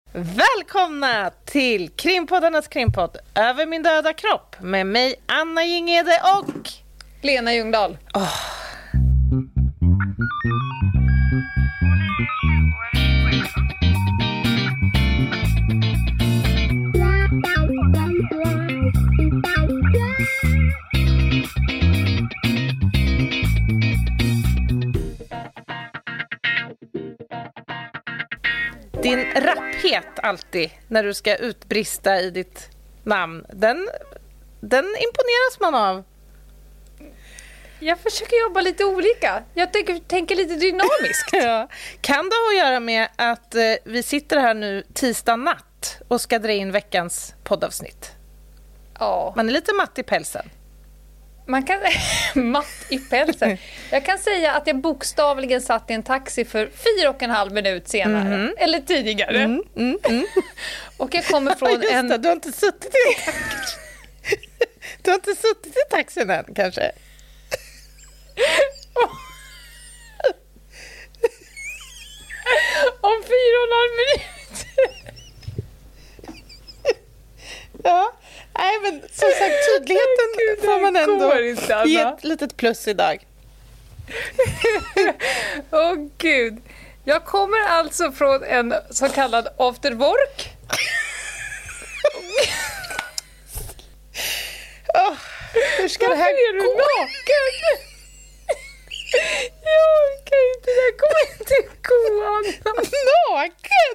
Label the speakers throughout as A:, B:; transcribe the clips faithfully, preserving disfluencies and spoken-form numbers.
A: Välkomna till Krimpoddarnas krimpodd Över min döda kropp med mig Anna Gingede och
B: Lena Ljungdahl.
A: Oh. Din rapphet alltid när du ska utbrista i ditt namn, den, den imponeras man av.
B: Jag försöker jobba lite olika. Jag tänker, tänker lite dynamiskt.
A: Ja. Kan det ha att göra med att eh, vi sitter här nu tisdag natt och ska dra in veckans poddavsnitt?
B: Ja.
A: Man är lite matt i pälsen.
B: Man kan matt i pälsen. Jag kan säga att jag bokstavligen satt i en taxi för fyra och en halv minut senare. Mm. Eller tidigare.
A: Mm, mm, mm.
B: Och jag kommer från
A: Just
B: en...
A: det, du har inte suttit i Du har inte suttit i taxin än, kanske?
B: Om fyra och en halv minut.
A: Ja, nej men som sagt, tydligheten Gud, får man ändå inte, ge ett litet plus idag.
B: Åh oh, gud. Jag kommer alltså från en så kallad afterwork.
A: Oh, hur ska Varför det här
B: är du
A: gå?
B: Naken? Jag orkar inte, det här kommer inte gå, Anna.
A: Naken?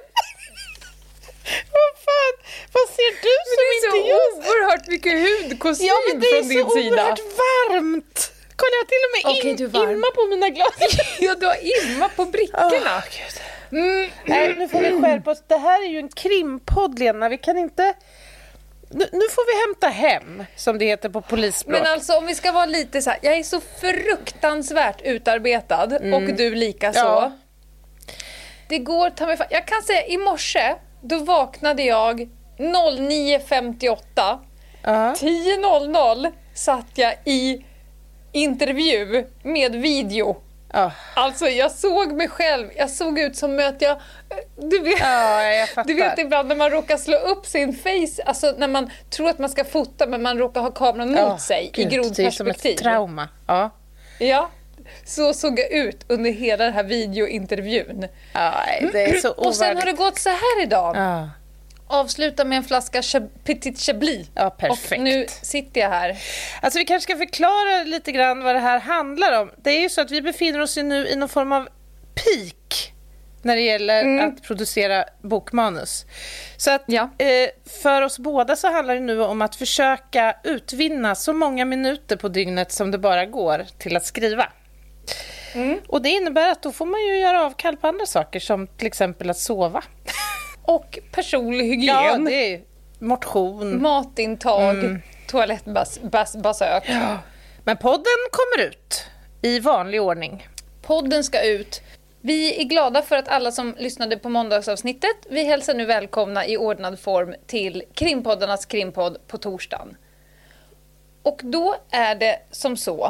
A: Vad fan, vad ser du som inte just...
B: Men det är så oerhört mycket hudkostym
A: ja, men det är
B: från din
A: så
B: sida.
A: oerhört varmt. Kolla, jag till och med
B: okay,
A: in,
B: du varm.
A: imma på mina glas.
B: Ja, du har imma på brickorna.
A: Oh, Gud. Mm. Nej, nu får vi skärpa oss. Det här är ju en krimpodd, Lena. Vi kan inte... Nu, nu får vi hämta hem, som det heter på polisspråk.
B: Men alltså, om vi ska vara lite så här... Jag är så fruktansvärt utarbetad. Mm. Och du lika så. Ja. Det går... Ta mig, jag kan säga, i morse... Då vaknade jag nio femtioåtta. Uh-huh. tio noll noll satt jag i intervju med video. Uh. Alltså jag såg mig själv. Jag såg ut som att jag... Du vet,
A: uh, jag fattar.
B: Du vet ibland när man råkar slå upp sin face. Alltså när man tror att man ska fota men man råkar ha kameran mot uh, sig Gud, i grodperspektiv.
A: Det är som ett trauma. Uh.
B: Ja. Så såg jag ut under hela den här videointervjun.
A: Aj, det är så ovärdigt.
B: Och sen har det gått så här idag.
A: Ja.
B: Avsluta med en flaska Ch- Petit Chablis.
A: Ja, perfekt.
B: Och nu sitter jag här.
A: Alltså vi kanske ska förklara lite grann vad det här handlar om. Det är ju så att vi befinner oss nu i någon form av peak när det gäller mm. att producera bokmanus. Så att
B: ja.
A: eh, för oss båda så handlar det nu om att försöka utvinna så många minuter på dygnet som det bara går till att skriva. Mm. Och det innebär att då får man ju göra avkall på andra saker som till exempel att sova.
B: Och personlig hygien.
A: Ja, det är motion.
B: Matintag, mm. toalettbesök.
A: Ja. Men podden kommer ut i vanlig ordning.
B: Podden ska ut. Vi är glada för att alla som lyssnade på måndagsavsnittet, vi hälsar nu välkomna i ordnad form till Krimpoddarnas krimpodd på torsdagen. Och då är det som så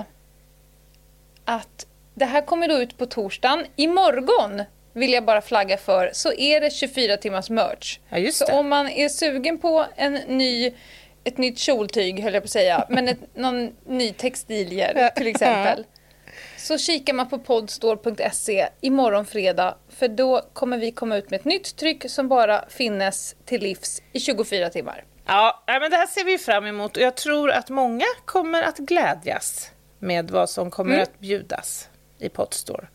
B: att det här kommer då ut på torsdagen. Imorgon vill jag bara flagga för så är det tjugofyra timmars merch.
A: Ja, just det.
B: Så om man är sugen på en ny, ett nytt kjoltyg höll jag på att säga, men ett, någon ny textilier till exempel. Så kikar man på podstore punkt se imorgon fredag för då kommer vi komma ut med ett nytt tryck som bara finnes till livs i tjugofyra timmar.
A: Ja, men det här ser vi fram emot och jag tror att många kommer att glädjas med vad som kommer mm. att bjudas i Podstore.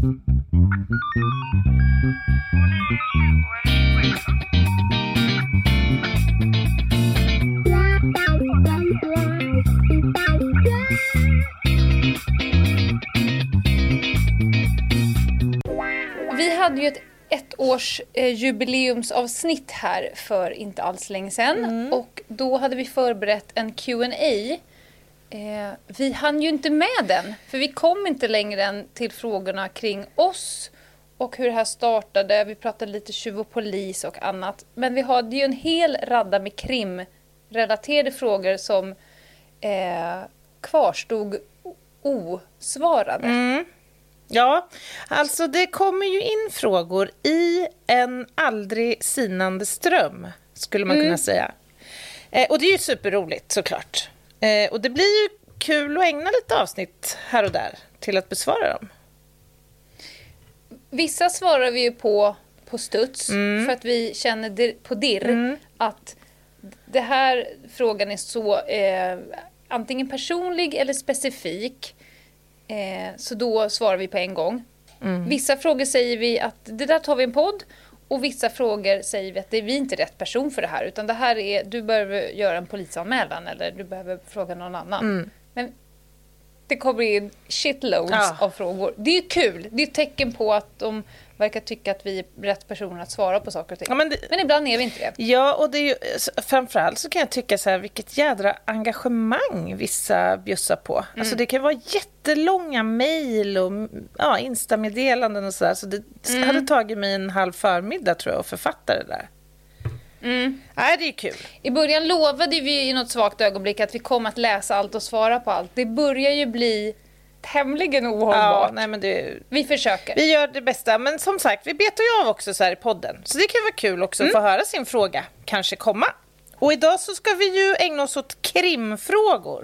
B: Vi hade ju ett ett års eh, jubileumsavsnitt här för inte alls länge sedan. Mm. Och då hade vi förberett en Q and A. Eh, vi hann ju inte med den. För vi kom inte längre än till frågorna kring oss. Och hur det här startade. Vi pratade lite tjuv och polis och annat. Men vi hade ju en hel radda med krimrelaterade frågor som eh, kvarstod osvarade.
A: Mm. Ja, alltså det kommer ju in frågor i en aldrig sinande ström, skulle man mm. kunna säga. Eh, och det är ju superroligt såklart. Eh, och det blir ju kul att ägna lite avsnitt här och där till att besvara dem.
B: Vissa svarar vi ju på på studs mm. för att vi känner dir- på dirr mm. att det här frågan är så eh, antingen personlig eller specifik. Eh, så då svarar vi på en gång. Mm. Vissa frågor säger vi att det där tar vi en podd. Och vissa frågor säger vi att det är vi inte rätt person för det här. Utan det här är, du behöver göra en polisanmälan eller du behöver fråga någon annan. Mm. Men det kommer in shitloads ja. av frågor. Det är ju kul. Det är ett tecken på att de verkar tycka att vi är rätt personer att svara på saker och ting. Ja, men, det, men ibland är vi inte det.
A: Ja, och det är ju, framförallt så kan jag tycka så här, vilket jädra engagemang vissa bjussar på. Mm. Alltså det kan vara jättelånga mejl och ja, Insta-meddelanden och sådär. Så det mm. hade tagit mig en halv förmiddag tror jag att författa det där. Mm. Nej, det är kul.
B: I början lovade vi i något svagt ögonblick att vi kommer att läsa allt och svara på allt. Det börjar ju bli tämligen ohållbart.
A: Ja, nej, men det,
B: vi försöker.
A: Vi gör det bästa. Men som sagt, vi betar ju av också så här i podden. Så det kan vara kul också mm. att få höra sin fråga kanske komma. Och idag så ska vi ju ägna oss åt krimfrågor.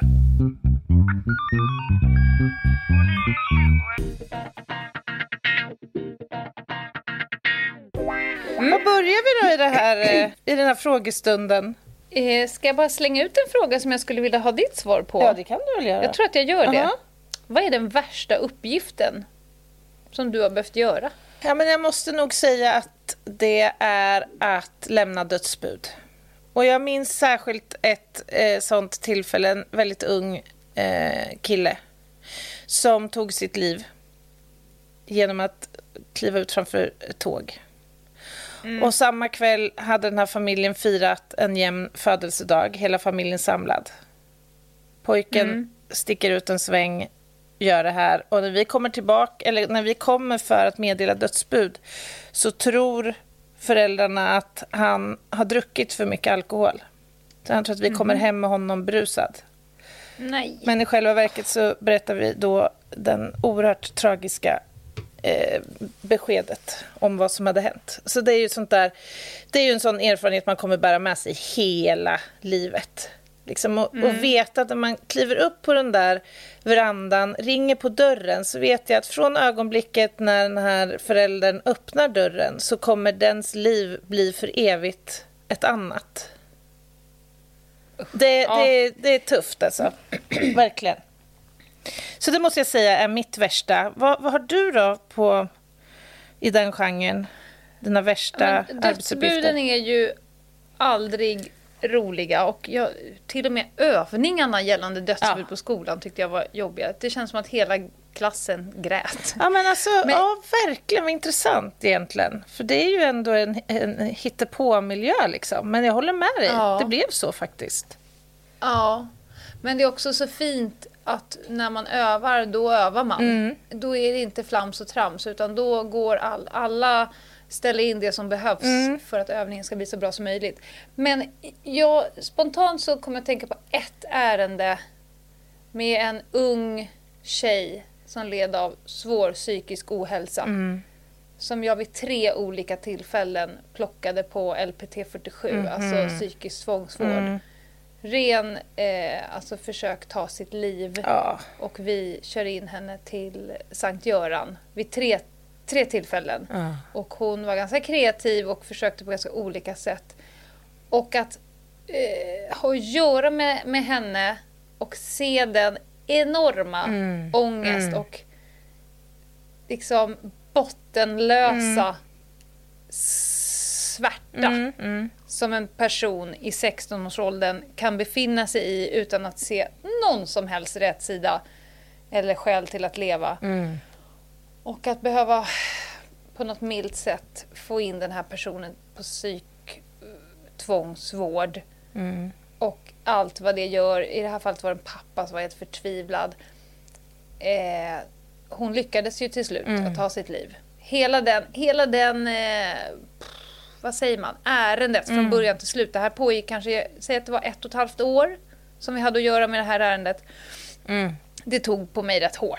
A: Mm. Vad börjar vi då i, det här, i den här frågestunden?
B: Eh, ska jag bara slänga ut en fråga som jag skulle vilja ha ditt svar på?
A: Ja, det kan du väl göra.
B: Jag tror att jag gör det. Uh-huh. Vad är den värsta uppgiften som du har behövt göra?
A: Ja, men jag måste nog säga att det är att lämna dödsbud. Och jag minns särskilt ett eh, sånt tillfälle, en väldigt ung eh, kille som tog sitt liv genom att kliva ut framför ett tåg. Mm. Och samma kväll hade den här familjen firat en jämn födelsedag, hela familjen samlad. Pojken mm. sticker ut en sväng, gör det här, och när vi kommer tillbaka, eller när vi kommer för att meddela dödsbud, så tror föräldrarna att han har druckit för mycket alkohol. Så han tror att vi kommer mm. hem med honom brusad.
B: Nej.
A: Men i själva verket så berättar vi då den oerhört tragiska eh, beskedet om vad som hade hänt. Så det är ju sånt där, det är ju en sån erfarenhet man kommer bära med sig hela livet. Liksom, och, mm. och veta att när man kliver upp på den där verandan, ringer på dörren, så vet jag att från ögonblicket när den här föräldern öppnar dörren så kommer dens liv bli för evigt ett annat. Det, ja. det, det är tufft alltså. Verkligen. Så det måste jag säga är mitt värsta. Vad, vad har du då på i den genren? Dina värsta ja, arbetsuppgifter?
B: Dödsbuden är ju aldrig roliga, och jag, till och med övningarna gällande dödsbud ja. på skolan tyckte jag var jobbiga. Det känns som att hela klassen grät.
A: Ja, men alltså, men, ja, verkligen vad intressant egentligen. För det är ju ändå en, en hittepå-miljö liksom. Men jag håller med dig, ja. det blev så faktiskt.
B: Ja, men det är också så fint att när man övar, då övar man. Mm. Då är det inte flams och trams, utan då går all, alla ställa in det som behövs mm. för att övningen ska bli så bra som möjligt. Men jag, spontant så kommer jag att tänka på ett ärende med en ung tjej som led av svår psykisk ohälsa. Mm. Som jag vid tre olika tillfällen plockade på L P T fyrtiosju, mm. alltså psykisk tvångsvård. Mm. Ren, eh, alltså försök ta sitt liv. Ja. Och vi kör in henne till Sankt Göran vid tre, tre tillfällen. Ja. Och hon var ganska kreativ och försökte på ganska olika sätt. Och att eh, ha att göra med, med henne och se den enorma mm. ångest mm. och liksom bottenlösa mm. svärta mm. Mm. som en person i sexton-årsåldern kan befinna sig i utan att se någon som helst rätt sida eller skäl till att leva. Mm. Och att behöva på något milt sätt få in den här personen på psyktvångsvård. Mm. Och allt vad det gör. I det här fallet var det en pappa som var helt förtvivlad. Eh, hon lyckades ju till slut mm. att ta sitt liv. Hela den, hela den eh, vad säger man, ärendet mm. från början till slut. Det här pågick kanske, säg att det var ett och ett halvt år som vi hade att göra med det här ärendet. Mm. Det tog på mig rätt hårt.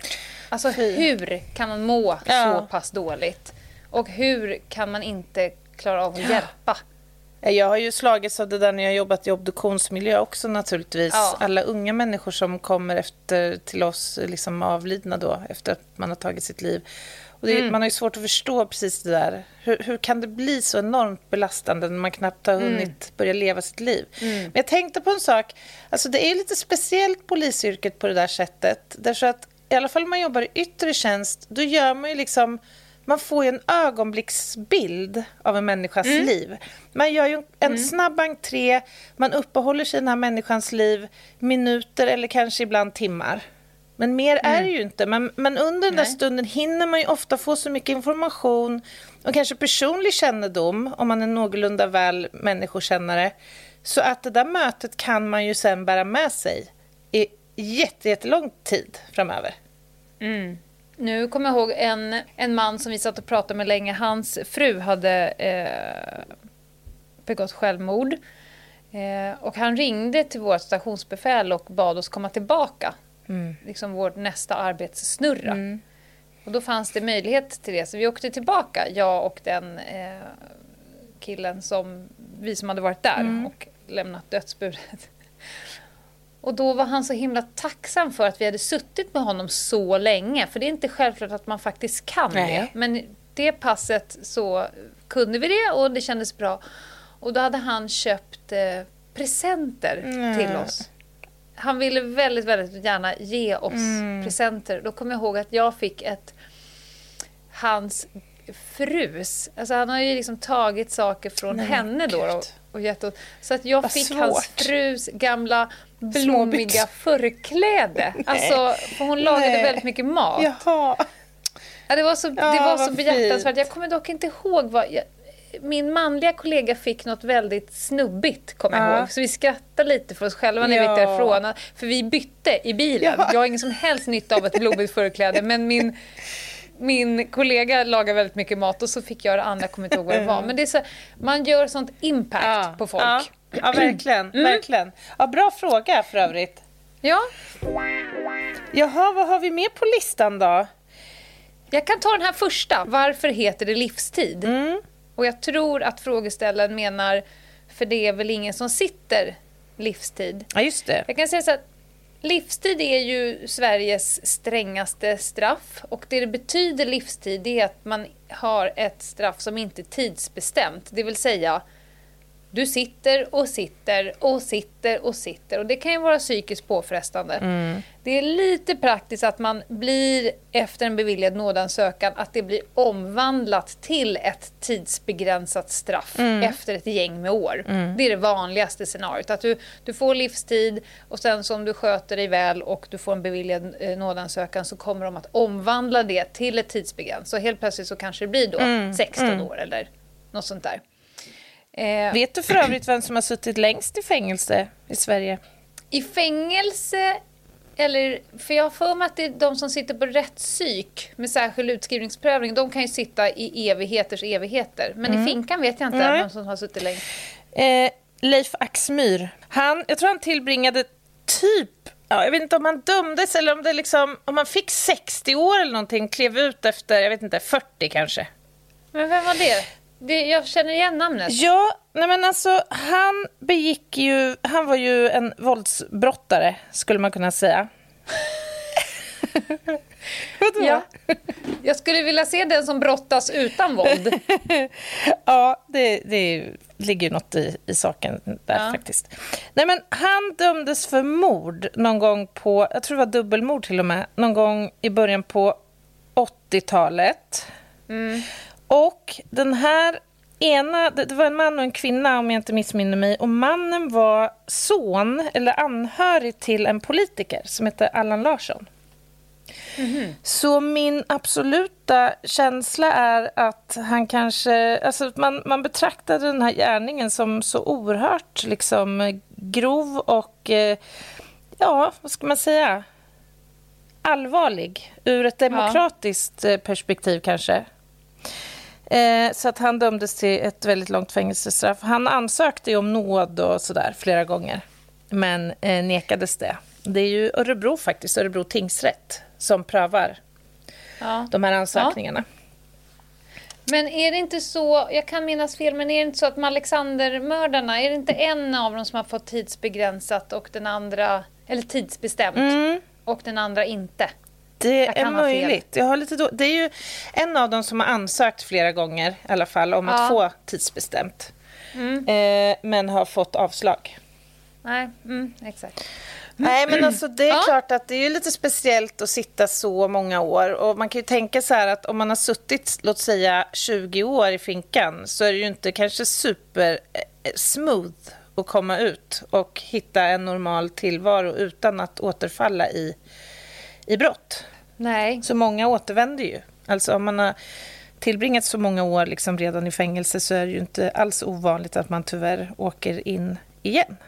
B: Alltså hur kan man må
A: Ja.
B: så pass dåligt? Och hur kan man inte klara av att
A: Ja.
B: hjälpa?
A: Jag har ju slagits av det där när jag har jobbat i obduktionsmiljö också naturligtvis.
B: Ja.
A: Alla unga människor som kommer efter till oss liksom avlidna då, efter att man har tagit sitt liv. Och det, mm. Man har ju svårt att förstå precis det där. Hur, hur kan det bli så enormt belastande när man knappt har hunnit mm. börja leva sitt liv? Mm. Men jag tänkte på en sak. Alltså det är lite speciellt polisyrket på det där sättet. Därför att i alla fall om man jobbar i yttre tjänst, då gör man ju liksom... Man får ju en ögonblicksbild av en människas mm. liv. Man gör ju en mm. snabb entré. Man uppehåller sig i den här människans liv minuter eller kanske ibland timmar. Men mer mm. är det ju inte. Men, men under den där stunden hinner man ju ofta få så mycket information och kanske personlig kännedom om man är någorlunda väl människokännare. Så att det där mötet kan man ju sen bära med sig i jätte, jättelång tid framöver.
B: Mm. Nu kommer jag ihåg en, en man som vi satt och pratade med länge. Hans fru hade eh, begått självmord. Eh, och han ringde till vårt stationsbefäl och bad oss komma tillbaka. Mm. Liksom vårt nästa arbetssnurra. Mm. Och då fanns det möjlighet till det. Så vi åkte tillbaka, jag och den eh, killen som vi som hade varit där mm. och lämnat dödsbudet. Och då var han så himla tacksam för att vi hade suttit med honom så länge. För det är inte självklart att man faktiskt kan Nej. det. Men det passet så kunde vi det och det kändes bra. Och då hade han köpt eh, presenter mm. till oss. Han ville väldigt, väldigt gärna ge oss mm. presenter. Då kommer jag ihåg att jag fick ett... Hans frus. Alltså han har ju liksom tagit saker från Nej, henne då. Och, och gett oss. Så att jag Vad fick svårt. hans frus gamla... blommiga förkläde. Alltså, för hon lagade Nej. väldigt mycket mat.
A: Jaha.
B: Ja, det var så, ja, det var så behjärtansvärt. Jag kommer dock inte ihåg vad... Jag, min manliga kollega fick något väldigt snubbigt, kommer jag ja. ihåg. Så vi skrattade lite för oss själva när ja. vi gick därifrån. För vi bytte i bilen. Ja. Jag har ingen som helst nytta av ett blommigt förkläde. Men min... Min kollega lagar väldigt mycket mat och så fick jag det andra, jag kommer inte ihåg vad det var. Men det är så, man gör sånt impact ja. på folk.
A: Ja, ja verkligen. Mm. verkligen. Ja, bra fråga för övrigt.
B: Ja.
A: Jaha, vad har vi med på listan då?
B: Jag kan ta den här första. Varför heter det livstid? Mm. Och jag tror att frågeställaren menar, för det är väl ingen som sitter livstid.
A: Ja, just det.
B: Jag kan säga så att livstid är ju Sveriges strängaste straff och det det betyder livstid är att man har ett straff som inte är tidsbestämt. Det vill säga, du sitter och sitter och sitter och sitter och det kan ju vara psykiskt påfrestande. Mm. Det är lite praktiskt att man blir efter en beviljad nådansökan att det blir omvandlat till ett tidsbegränsat straff mm. efter ett gäng med år. Mm. Det är det vanligaste scenariot. Att du, du får livstid och sen som du sköter dig väl och du får en beviljad eh, nådansökan så kommer de att omvandla det till ett tidsbegräns. Så helt plötsligt så kanske det blir då mm. sexton mm. år eller något sånt där.
A: Eh, Vet du för övrigt vem som har suttit längst i fängelse i Sverige?
B: I fängelse, eller för jag har för mig att det är de som sitter på rättspsyk med särskild utskrivningsprövning, de kan ju sitta i evigheters evigheter. Men mm. i finkan vet jag inte mm. vem som har suttit längst.
A: Eh, Leif Axmyr. Han, jag tror han tillbringade typ, ja, jag vet inte om han dömdes eller om det liksom, om han fick sextio år eller någonting, klev ut efter, jag vet inte, fyrtio kanske.
B: Men vem var det? Det, jag känner igen namnet.
A: Ja, nej men alltså han begick ju, han var ju en våldsbrottare skulle man kunna säga.
B: Vadå? Ja. Jag skulle vilja se den som brottas utan våld.
A: Ja, det, det ligger något i, i saken där ja. faktiskt. Nej men han dömdes för mord någon gång på, jag tror det var dubbelmord till och med, någon gång i början på åttiotalet. Mm. Och den här ena, det var en man och en kvinna om jag inte missminner mig. Och mannen var son eller anhörig till en politiker som heter Allan Larsson. Mm-hmm. Så min absoluta känsla är att han kanske, alltså man, man betraktade den här gärningen som så oerhört liksom grov och ja, vad ska man säga, allvarlig ur ett demokratiskt ja. perspektiv kanske. Eh, så att han dömdes till ett väldigt långt fängelsestraff. Han ansökte ju om nåd och sådär flera gånger. Men eh, nekades det. Det är ju Örebro faktiskt, Örebro tingsrätt som prövar ja. de här ansökningarna. Ja.
B: Men är det inte så, jag kan minnas fel, men är det inte så att med Alexander-mördarna, är det inte en av dem som har fått tidsbegränsat och den andra, eller tidsbestämt, mm. och den andra inte?
A: Det är möjligt. Jag har lite då, det är ju en av dem som har ansökt flera gånger i alla fall om ja. att få tidsbestämt. Mm. Eh, men har fått avslag.
B: Nej, mm, exakt.
A: Nej, men alltså det är ja. klart att det är ju lite speciellt att sitta så många år. Och man kan ju tänka så här att om man har suttit, låt säga tjugo år i finkan, så är det ju inte kanske super smooth att komma ut och hitta en normal tillvaro utan att återfalla i, i brott.
B: Nej.
A: Så många återvänder ju. Alltså om man har tillbringat så många år liksom redan i fängelse, så är det ju inte alls ovanligt att man tyvärr åker in igen.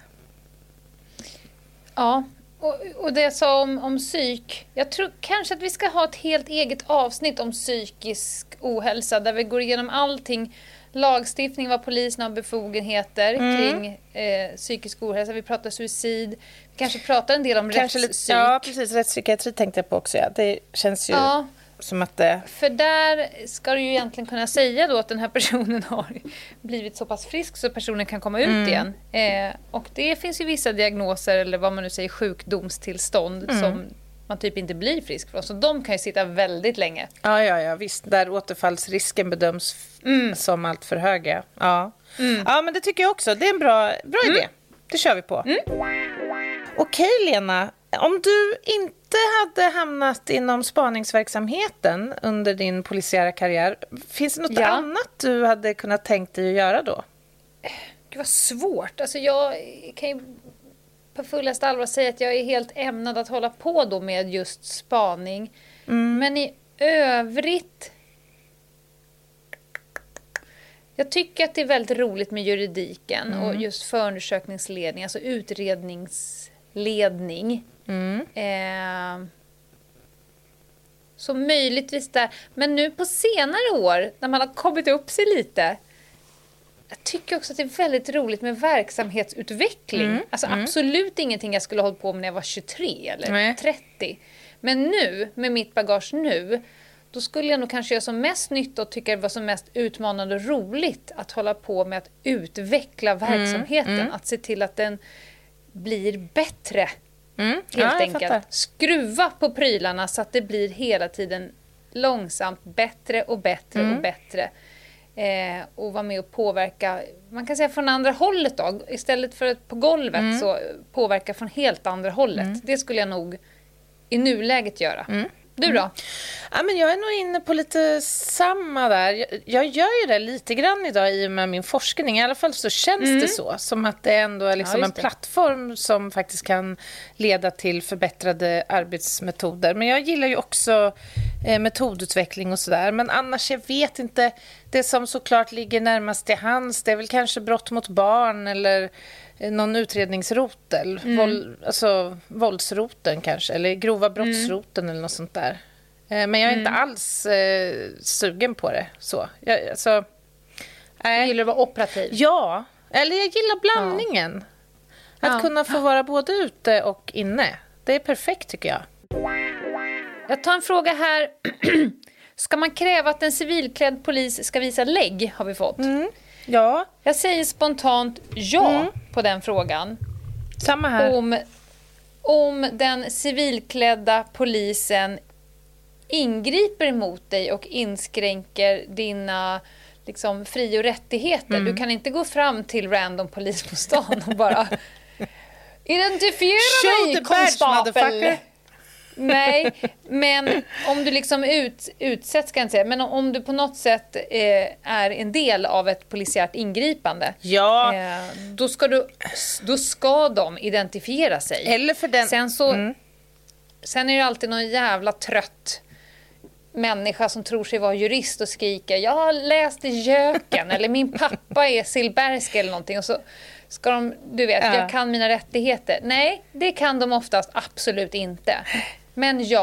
B: Ja, och, och det jag sa om, om psyk. Jag tror kanske att vi ska ha ett helt eget avsnitt om psykisk ohälsa, där vi går igenom allting. Lagstiftning, vad polisen har befogenheter mm. kring eh, psykisk ohälsa. Vi pratar suicid. Vi kanske pratar en del om kanske rättspsyk.
A: Ja, precis. Rättspsykiatri tänkte jag på också. Ja. Det känns ju ja. som att det...
B: För där ska du ju egentligen kunna säga då att den här personen har blivit så pass frisk så personen kan komma ut mm. igen. Eh, och det finns ju vissa diagnoser, eller vad man nu säger, sjukdomstillstånd mm. som man typ inte blir frisk från. Så de kan ju sitta väldigt länge.
A: Ja, ja, ja, visst. Där återfallsrisken bedöms mm. som allt för höga. Ja. Mm. ja, men det tycker jag också. Det är en bra, bra mm. idé. Det kör vi på. Mm. Okej, Lena. Om du inte hade hamnat inom spaningsverksamheten under din polisiära karriär, finns det något ja. annat du hade kunnat tänkt dig att göra då?
B: Det var svårt. Alltså jag kan ju på fullaste allvar säga att jag är helt ämnad att hålla på då med just spaning. Mm. Men i övrigt... Jag tycker att det är väldigt roligt med juridiken mm. och just förundersökningsledning, alltså utredningsledning. Mm. Eh, så möjligtvis där. Men nu på senare år, när man har kommit upp sig lite, jag tycker också att det är väldigt roligt med verksamhetsutveckling. Mm. Alltså mm. absolut ingenting jag skulle ha hållit på med när jag var tjugotre eller Nej. trettio. Men nu, med mitt bagage nu, då skulle jag nog kanske göra som mest nytta och tycka det var som mest utmanande och roligt att hålla på med att utveckla verksamheten. Mm. Mm. Att se till att den blir bättre. Mm. Helt ja, enkelt. Skruva på prylarna så att det blir hela tiden långsamt bättre och bättre mm. och bättre. Eh, och vara med och påverka, man kan säga från andra hållet då. Istället för att på golvet mm. så påverka från helt andra hållet. Mm. Det skulle jag nog i nuläget göra. Mm. Du då? Mm.
A: Ja, men jag är nog inne på lite samma där. Jag, jag gör ju det lite grann idag i och med min forskning. I alla fall så känns mm. det så. Som att det ändå är liksom ja, en plattform som faktiskt kan leda till förbättrade arbetsmetoder. Men jag gillar ju också eh, metodutveckling och sådär. Men annars, jag vet inte. Det som såklart ligger närmast till hands, det är väl kanske brott mot barn eller någon utredningsrotel, mm. Våld, alltså våldsroten kanske, eller grova brottsroten mm. eller något sånt där. Eh, men jag är mm. inte alls eh, sugen på det. Så. Jag, alltså,
B: äh, gillar du att vara operativ?
A: Ja, eller jag gillar blandningen. Ja. Att ja. kunna få vara både ute och inne. Det är perfekt tycker jag.
B: Jag tar en fråga här. Ska man kräva att en civilklädd polis ska visa lägg, har vi fått.
A: Mm. Ja.
B: Jag säger spontant ja mm. på den frågan.
A: Samma här.
B: Om, om den civilklädda polisen ingriper emot dig och inskränker dina liksom, fri- och rättigheter. Mm. Du kan inte gå fram till random polis på stan och bara identifiera mig, konstapel. Nej, men om du liksom ut, utsätts kan jag säga, men om, om du på något sätt eh, är en del av ett polisiärt ingripande,
A: ja.
B: eh, då ska du då ska de identifiera sig.
A: Eller för den.
B: Sen så
A: mm.
B: sen är det alltid någon jävla trött människa som tror sig vara jurist och skriker jag har läst i Jöken eller min pappa är Silbersk eller någonting och så ska de, du vet, ja. jag kan mina rättigheter. Nej, det kan de oftast absolut inte. Men ja,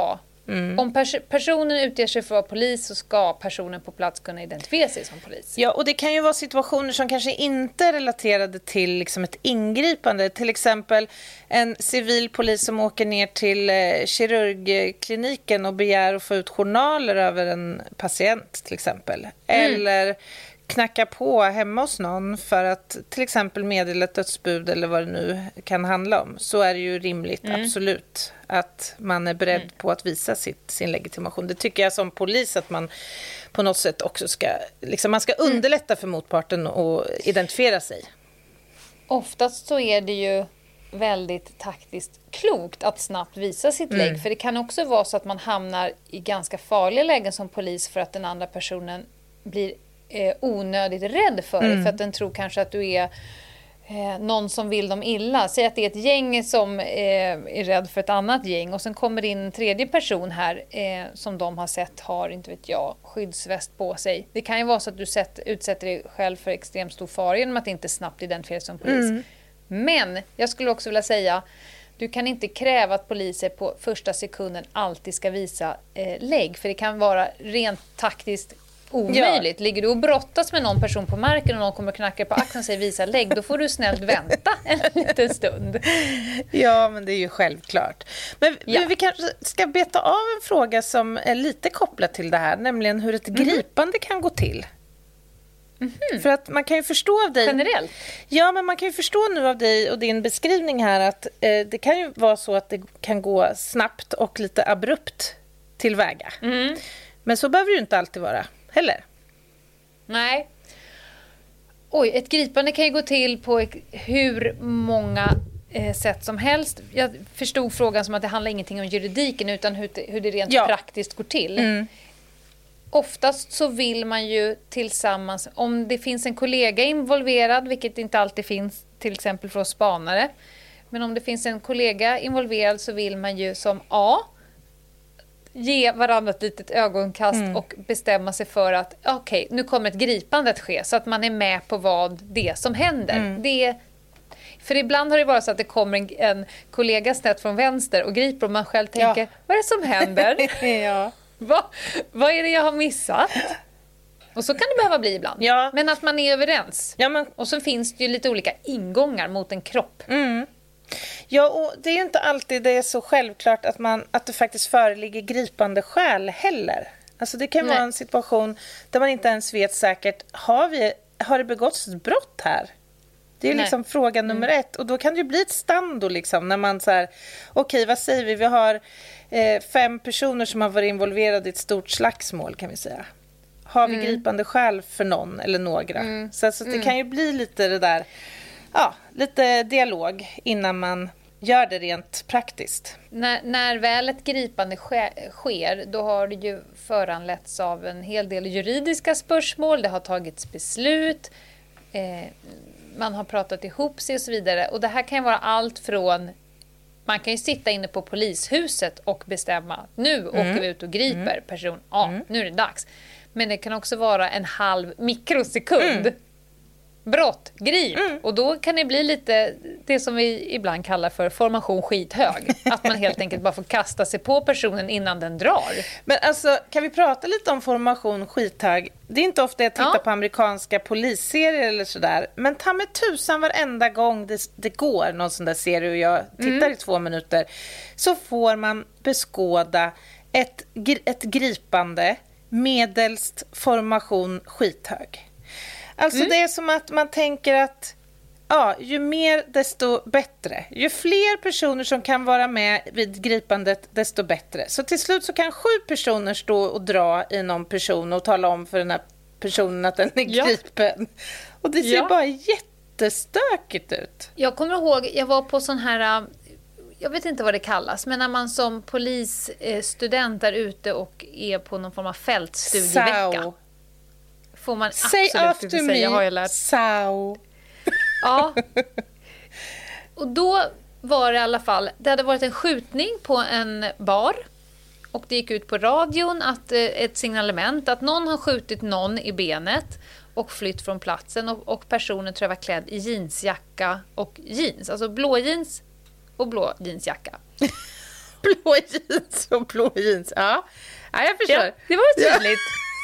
B: Mm. Om pers- personen utger sig för att vara polis så ska personen på plats kunna identifiera sig som polis.
A: Ja, och det kan ju vara situationer som kanske inte är relaterade till liksom ett ingripande. Till exempel en civil polis som åker ner till eh, kirurgkliniken och begär att få ut journaler över en patient till exempel. Mm. Eller knacka på hemma hos någon för att till exempel meddela ett dödsbud eller vad det nu kan handla om, så är det ju rimligt, mm. absolut, att man är beredd mm. på att visa sitt, sin legitimation. Det tycker jag som polis att man på något sätt också ska, liksom man ska underlätta för motparten att identifiera sig.
B: Oftast så är det ju väldigt taktiskt klokt att snabbt visa sitt mm. lägg, för det kan också vara så att man hamnar i ganska farliga lägen som polis för att den andra personen blir Eh, onödigt rädd för dig, mm. för att den tror kanske att du är eh, någon som vill dem illa. Säg att det är ett gäng som eh, är rädd för ett annat gäng och sen kommer in en tredje person här eh, som de har sett har, inte vet jag, skyddsväst på sig. Det kan ju vara så att du sett, utsätter dig själv för extremt stor fara genom att inte snabbt identifiera som polis. Mm. Men jag skulle också vilja säga, du kan inte kräva att poliser på första sekunden alltid ska visa eh, lägg, för det kan vara rent taktiskt omöjligt. Ja. Ligger du och brottas med någon person på marken och någon kommer och knackar på axeln och säger visa lägg, då får du snällt vänta en liten stund.
A: Ja, men det är ju självklart. Men, ja. men vi kanske ska beta av en fråga som är lite kopplad till det här, nämligen hur ett gripande mm. kan gå till. Mm-hmm. För att man kan ju förstå av dig...
B: Generellt?
A: Ja, men man kan ju förstå nu av dig och din beskrivning här att eh, det kan ju vara så att det kan gå snabbt och lite abrupt tillväga. Mm. Men så behöver det ju inte alltid vara. Eller?
B: Nej. Oj, ett gripande kan ju gå till på hur många eh, sätt som helst. Jag förstod frågan som att det handlar ingenting om juridiken utan hur det, hur det rent ja. praktiskt går till. Mm. Oftast så vill man ju tillsammans, om det finns en kollega involverad, vilket inte alltid finns till exempel för oss spanare, men om det finns en kollega involverad så vill man ju som A ge varandra ett litet ögonkast mm. och bestämma sig för att okej, okay, nu kommer ett gripande att ske, så att man är med på vad det är som händer. Mm. Det, för ibland har det varit så att det kommer en, en kollega snett från vänster och griper och man själv tänker, ja. vad är det som händer?
A: ja.
B: Va, vad är det jag har missat? Och så kan det behöva bli ibland.
A: Ja.
B: Men att man är överens.
A: Ja, men...
B: Och så finns det ju lite olika ingångar mot en kropp.
A: Mm. Ja, och det är ju inte alltid det är så självklart att, man, att det faktiskt föreligger gripande skäl heller. Alltså det kan Nej. vara en situation där man inte ens vet säkert, har, vi, har det begåtts ett brott här? Det är ju liksom fråga nummer mm. ett. Och då kan det ju bli ett stando liksom, när man så här, okej, okay, vad säger vi? Vi har eh, fem personer som har varit involverade i ett stort slagsmål, kan vi säga. Har vi mm. gripande skäl för någon eller några? Mm. Så alltså, det mm. kan ju bli lite det där, ja, lite dialog innan man gör det rent praktiskt.
B: När, när väl ett gripande sker, sker, då har det ju föranletts av en hel del juridiska spörsmål. Det har tagits beslut, eh, man har pratat ihop sig och så vidare. Och det här kan ju vara allt från, man kan ju sitta inne på polishuset och bestämma, nu mm. åker vi ut och griper mm. person A, mm. nu är det dags. Men det kan också vara en halv mikrosekund. Mm. Brott, grip. Mm. Och då kan det bli lite det som vi ibland kallar för formation skithög. Att man helt enkelt bara får kasta sig på personen innan den drar.
A: Men alltså, kan vi prata lite om formation skithög? Det är inte ofta jag tittar ja. på amerikanska polisserier eller sådär. Men ta med tusan varenda gång det, det går någon sån där serie och jag tittar mm. i två minuter, så får man beskåda ett, ett gripande medelst formation skithög. Alltså mm. det är som att man tänker att ja, ju mer desto bättre. Ju fler personer som kan vara med vid gripandet, desto bättre. Så till slut så kan sju personer stå och dra i någon person och tala om för den här personen att den är ja. gripen. Och det ser ja. bara jättestökigt ut.
B: Jag kommer ihåg, jag var på sån här, jag vet inte vad det kallas, men när man som polisstudent är ute och är på någon form av fältstudievecka. Sao. Får man absolut
A: Say
B: inte säga, me, har jag lärt.
A: Sao.
B: Ja. Och då var det i alla fall, det hade varit en skjutning på en bar. Och det gick ut på radion att ett signalement att någon har skjutit någon i benet och flytt från platsen. Och, och personen tror jag var klädd i jeansjacka och jeans. Alltså blå jeans och blå jeansjacka.
A: blå jeans och blå jeans. Ja, ja jag förstår.
B: Ja, det var tydligt.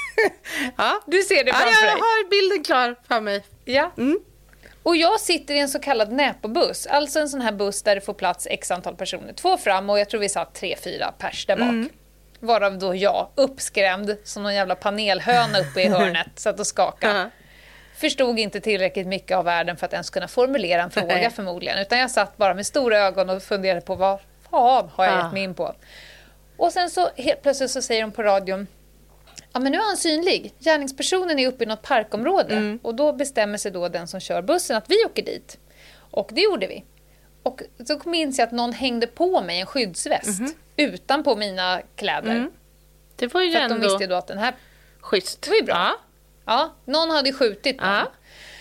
A: Ja.
B: Du ser det framför
A: ja,
B: dig.
A: jag har bilden klar för mig.
B: Ja.
A: Mm.
B: Och jag sitter i en så kallad näpobuss. Alltså en sån här buss där det får plats x antal personer. Två fram och jag tror vi satt tre, fyra pers där bak. Mm. Varav då jag, uppskrämd som någon jävla panelhöna uppe i hörnet, satt och skakade. Uh-huh. Förstod inte tillräckligt mycket av världen för att ens kunna formulera en fråga uh-huh. förmodligen. Utan jag satt bara med stora ögon och funderade på vad fan har jag uh-huh. gett mig in på. Och sen så helt plötsligt så säger de på radion: ja, men nu är han synlig. Gärningspersonen är uppe i något parkområde. Mm. Och då bestämmer sig då den som kör bussen att vi åker dit. Och det gjorde vi. Och så minns jag att någon hängde på mig en skyddsväst. Mm. Utanpå mina kläder. Mm.
A: Det var ju
B: för
A: ändå...
B: att de visste då att den här...
A: Schysst.
B: Det var ju bra. Ja. Ja, någon hade skjutit någon. Ja.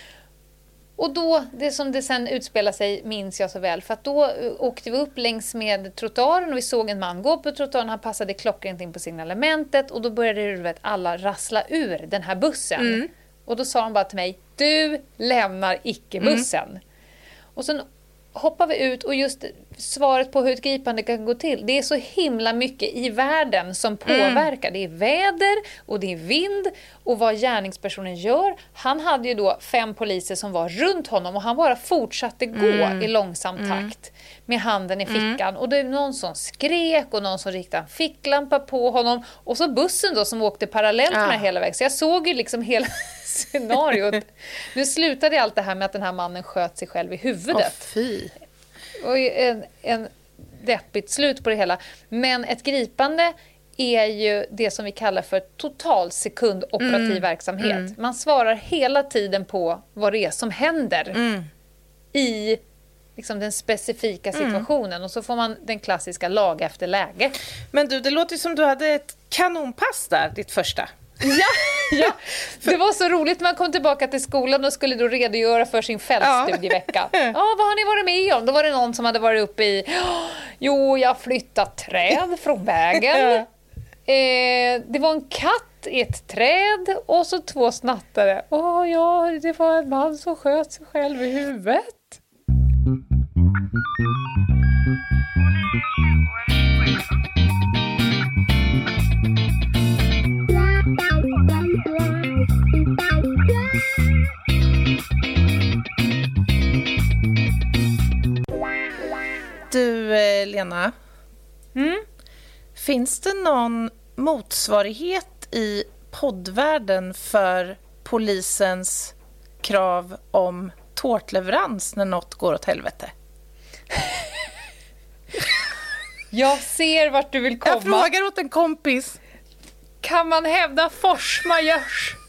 B: Och då, det som det sen utspelar sig minns jag så väl. För att då åkte vi upp längs med trottoaren och vi såg en man gå på trottoaren. Han passade klockrent in på signalementet och då började det, alla rassla ur den här bussen. Mm. Och då sa han bara till mig: du lämnar icke bussen. Mm. Och sen hoppar vi ut och just svaret på hur ett gripande kan gå till. Det är så himla mycket i världen som påverkar. Mm. Det är väder och det är vind och vad gärningspersonen gör. Han hade ju då fem poliser som var runt honom och han bara fortsatte gå mm. i långsam takt mm. med handen i fickan. Mm. Och det är någon som skrek och någon som riktade en ficklampa på honom. Och så bussen då som åkte parallellt med ah. hela vägen. Så jag såg ju liksom hela scenariot. Nu slutade allt det här med att den här mannen sköt sig själv i huvudet.
A: Oh, fy.
B: Och en, en deppigt slut på det hela. Men ett gripande är ju det som vi kallar för total sekundoperativ mm. verksamhet. Mm. Man svarar hela tiden på vad det är som händer mm. i liksom den specifika situationen. Mm. Och så får man den klassiska lag efter läge.
A: Men du, det låter ju som du hade ett kanonpass där, ditt första.
B: Ja, ja, det var så roligt. Man kom tillbaka till skolan och skulle då redogöra för sin fältstudievecka. Ja, ja, vad har ni varit med om? Då var det någon som hade varit uppe i... Jo, jag flyttat träd från vägen. Ja. Eh, det var en katt i ett träd och så två snattare. Åh ja, det var en man som sköt sig själv i huvudet.
A: Du, Lena.
B: Mm?
A: Finns det någon motsvarighet i poddvärlden för polisens krav om tårtleverans när något går åt helvete?
B: Jag ser vart du vill komma.
A: Jag frågar åt en kompis.
B: Kan man hävda force majeure?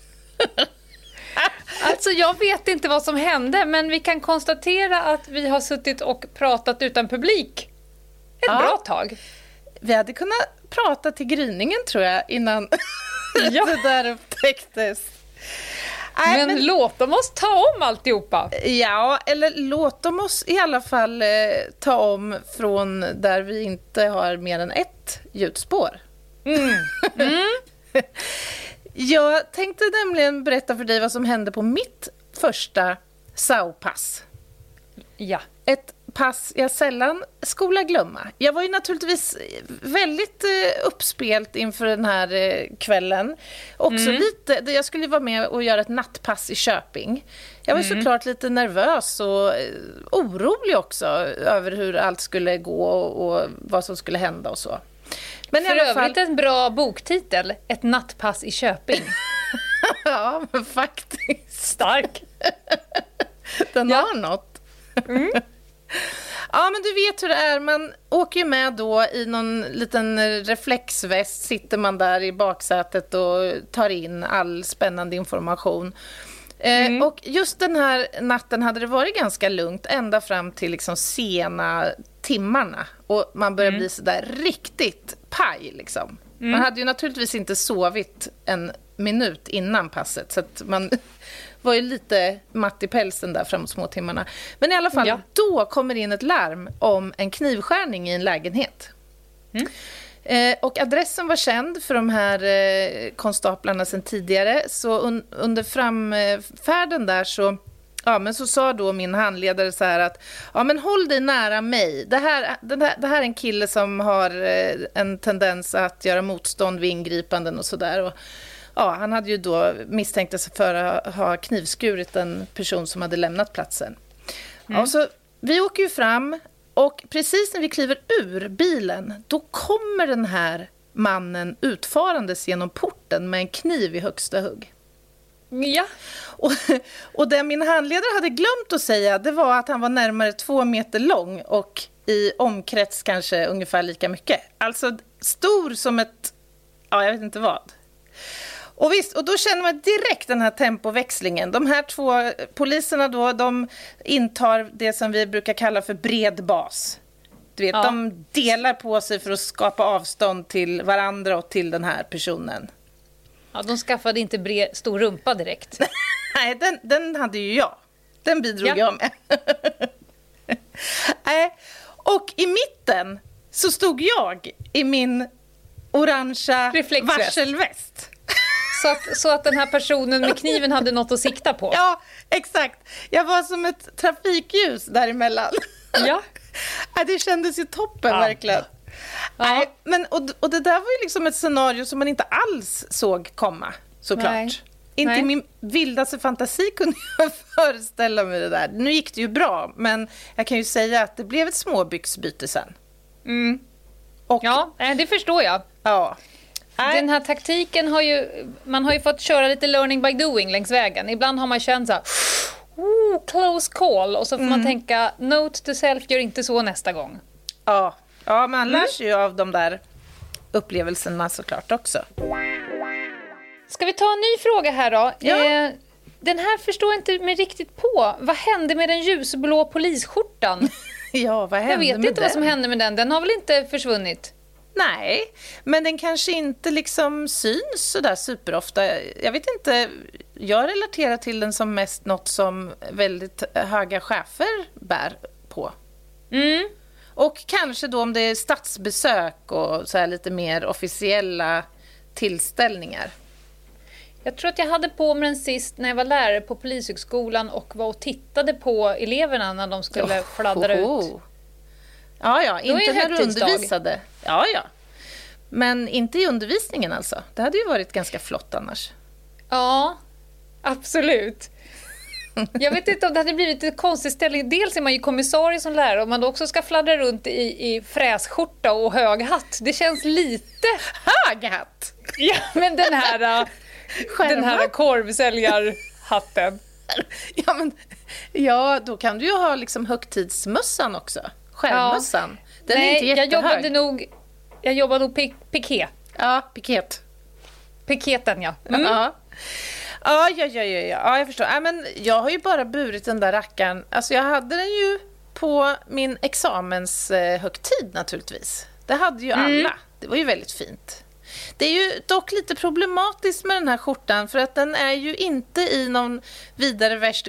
B: Alltså jag vet inte vad som hände, men vi kan konstatera att vi har suttit och pratat utan publik ett ja. bra tag.
A: Vi hade kunnat prata till gryningen tror jag innan ja. det där upptäcktes.
B: Nej, men, men låt dem oss ta om alltihopa.
A: Ja, eller låt dem oss i alla fall eh, ta om från där vi inte har mer än ett ljudspår.
B: Mm. Mm.
A: Jag tänkte nämligen berätta för dig vad som hände på mitt första S A O-pass.
B: Ja.
A: Ett pass jag sällan skola glömma. Jag var ju naturligtvis väldigt eh, uppspelt inför den här eh, kvällen. Också mm. lite, jag skulle vara med och göra ett nattpass i Köping. Jag var mm. såklart lite nervös och eh, orolig också över hur allt skulle gå och, och vad som skulle hända och så. Men
B: för i alla fall... övrigt en bra boktitel, ett nattpass i Köping.
A: Ja, men faktiskt.
B: Stark.
A: Den
B: ja.
A: har något. Mm. Ja, men du vet hur det är. Man åker ju med då i någon liten reflexväst. Sitter man där i baksätet och tar in all spännande information. Mm. Eh, och just den här natten hade det varit ganska lugnt ända fram till liksom sena timmarna. Och man började mm. bli så där riktigt paj liksom. Mm. Man hade ju naturligtvis inte sovit en minut innan passet. Så att man var ju lite matt i pälsen där framåt små timmarna. Men i alla fall, ja. då kommer in ett larm om en knivskärning i en lägenhet. Mm. Eh, och adressen var känd för de här eh, konstaplarna sedan tidigare. Så un- under framfärden där så Ja, men så sa då min handledare så här att ja, men håll dig nära mig. Det här, det här, det här är en kille som har en tendens att göra motstånd vid ingripanden och sådär. Och ja, han hade ju då misstänkt sig för att ha knivskurit en person som hade lämnat platsen. Mm. Ja, så vi åker ju fram och precis när vi kliver ur bilen, då kommer den här mannen utfarandes genom porten med en kniv i högsta hugg.
B: Ja.
A: Och, och det min handledare hade glömt att säga, det var att han var närmare två meter lång och i omkrets kanske ungefär lika mycket. Alltså stor som ett, ja jag vet inte vad. Och visst, och då känner man direkt den här tempoväxlingen. De här två poliserna då, de intar det som vi brukar kalla för bred bas. Du vet, ja. De delar på sig för att skapa avstånd till varandra och till den här personen.
B: Ja, de skaffade inte bred, stor rumpa direkt.
A: Nej, den, den hade ju jag. Den bidrog ja. jag med. Nej, och i mitten så stod jag i min orangea varselväst.
B: Så att, så att den här personen med kniven hade något att sikta på.
A: Ja, exakt. Jag var som ett trafikljus däremellan.
B: Ja.
A: Det kändes ju toppen, ja. verkligen. Ja. Nej, men, och, och det där var ju liksom ett scenario som man inte alls såg komma, såklart. Nej. Inte i min vildaste fantasi kunde jag föreställa mig det där. Nu gick det ju bra, men jag kan ju säga att det blev ett småbyxbyte sen.
B: Mm. Och, ja, det förstår jag.
A: Ja.
B: Den här taktiken har ju, man har ju fått köra lite learning by doing längs vägen. Ibland har man känt så här, oh, close call, och så får mm. man tänka, note to self, gör inte så nästa gång.
A: Ja, ja man lär sig ju av de där upplevelserna såklart också.
B: Ska vi ta en ny fråga här då?
A: Ja.
B: Eh, den här förstår jag inte mig riktigt på. Vad hände med den ljusblå polisskjortan?
A: Ja, vad hände med den?
B: Jag vet inte
A: den?
B: vad som hände med den. Den har väl inte försvunnit?
A: Nej, men den kanske inte liksom syns så där superofta. Jag vet inte, jag relaterar till den som mest något som väldigt höga chefer bär på.
B: Mm.
A: Och kanske då om det är statsbesök och så här lite mer officiella tillställningar.
B: Jag tror att jag hade på mig den sist när jag var lärare på Polishögskolan och var och tittade på eleverna när de skulle oh, fladdra oh, oh. ut.
A: Ja, ja, inte när du undervisade. Ja, ja. Men inte i undervisningen alltså. Det hade ju varit ganska flott annars.
B: Ja, absolut. Jag vet inte om det hade blivit en konstig ställning. Dels är man ju kommissarie som lärare och man då också ska fladdra runt i, i frässkjorta och hög hatt. Det känns lite...
A: Hög hatt?
B: Ja, men den här, den här korvsäljarhatten.
A: Ja, men, ja, då kan du ju ha liksom högtidsmössan också. Skärmmössan. Ja. Den
B: Nej,
A: är inte jättehög.
B: Jag jobbade nog, jag jobbade nog pik- piké.
A: Ja, piket.
B: Piketen, ja.
A: Mm. Ja. Ja, ja, ja, ja, ja, jag förstår. Ja, men jag har ju bara burit den där rackaren. Alltså jag hade den ju på min examenshögtid naturligtvis. Det hade ju alla. Mm. Det var ju väldigt fint. Det är ju dock lite problematiskt med den här skjortan för att den är ju inte i någon vidare värst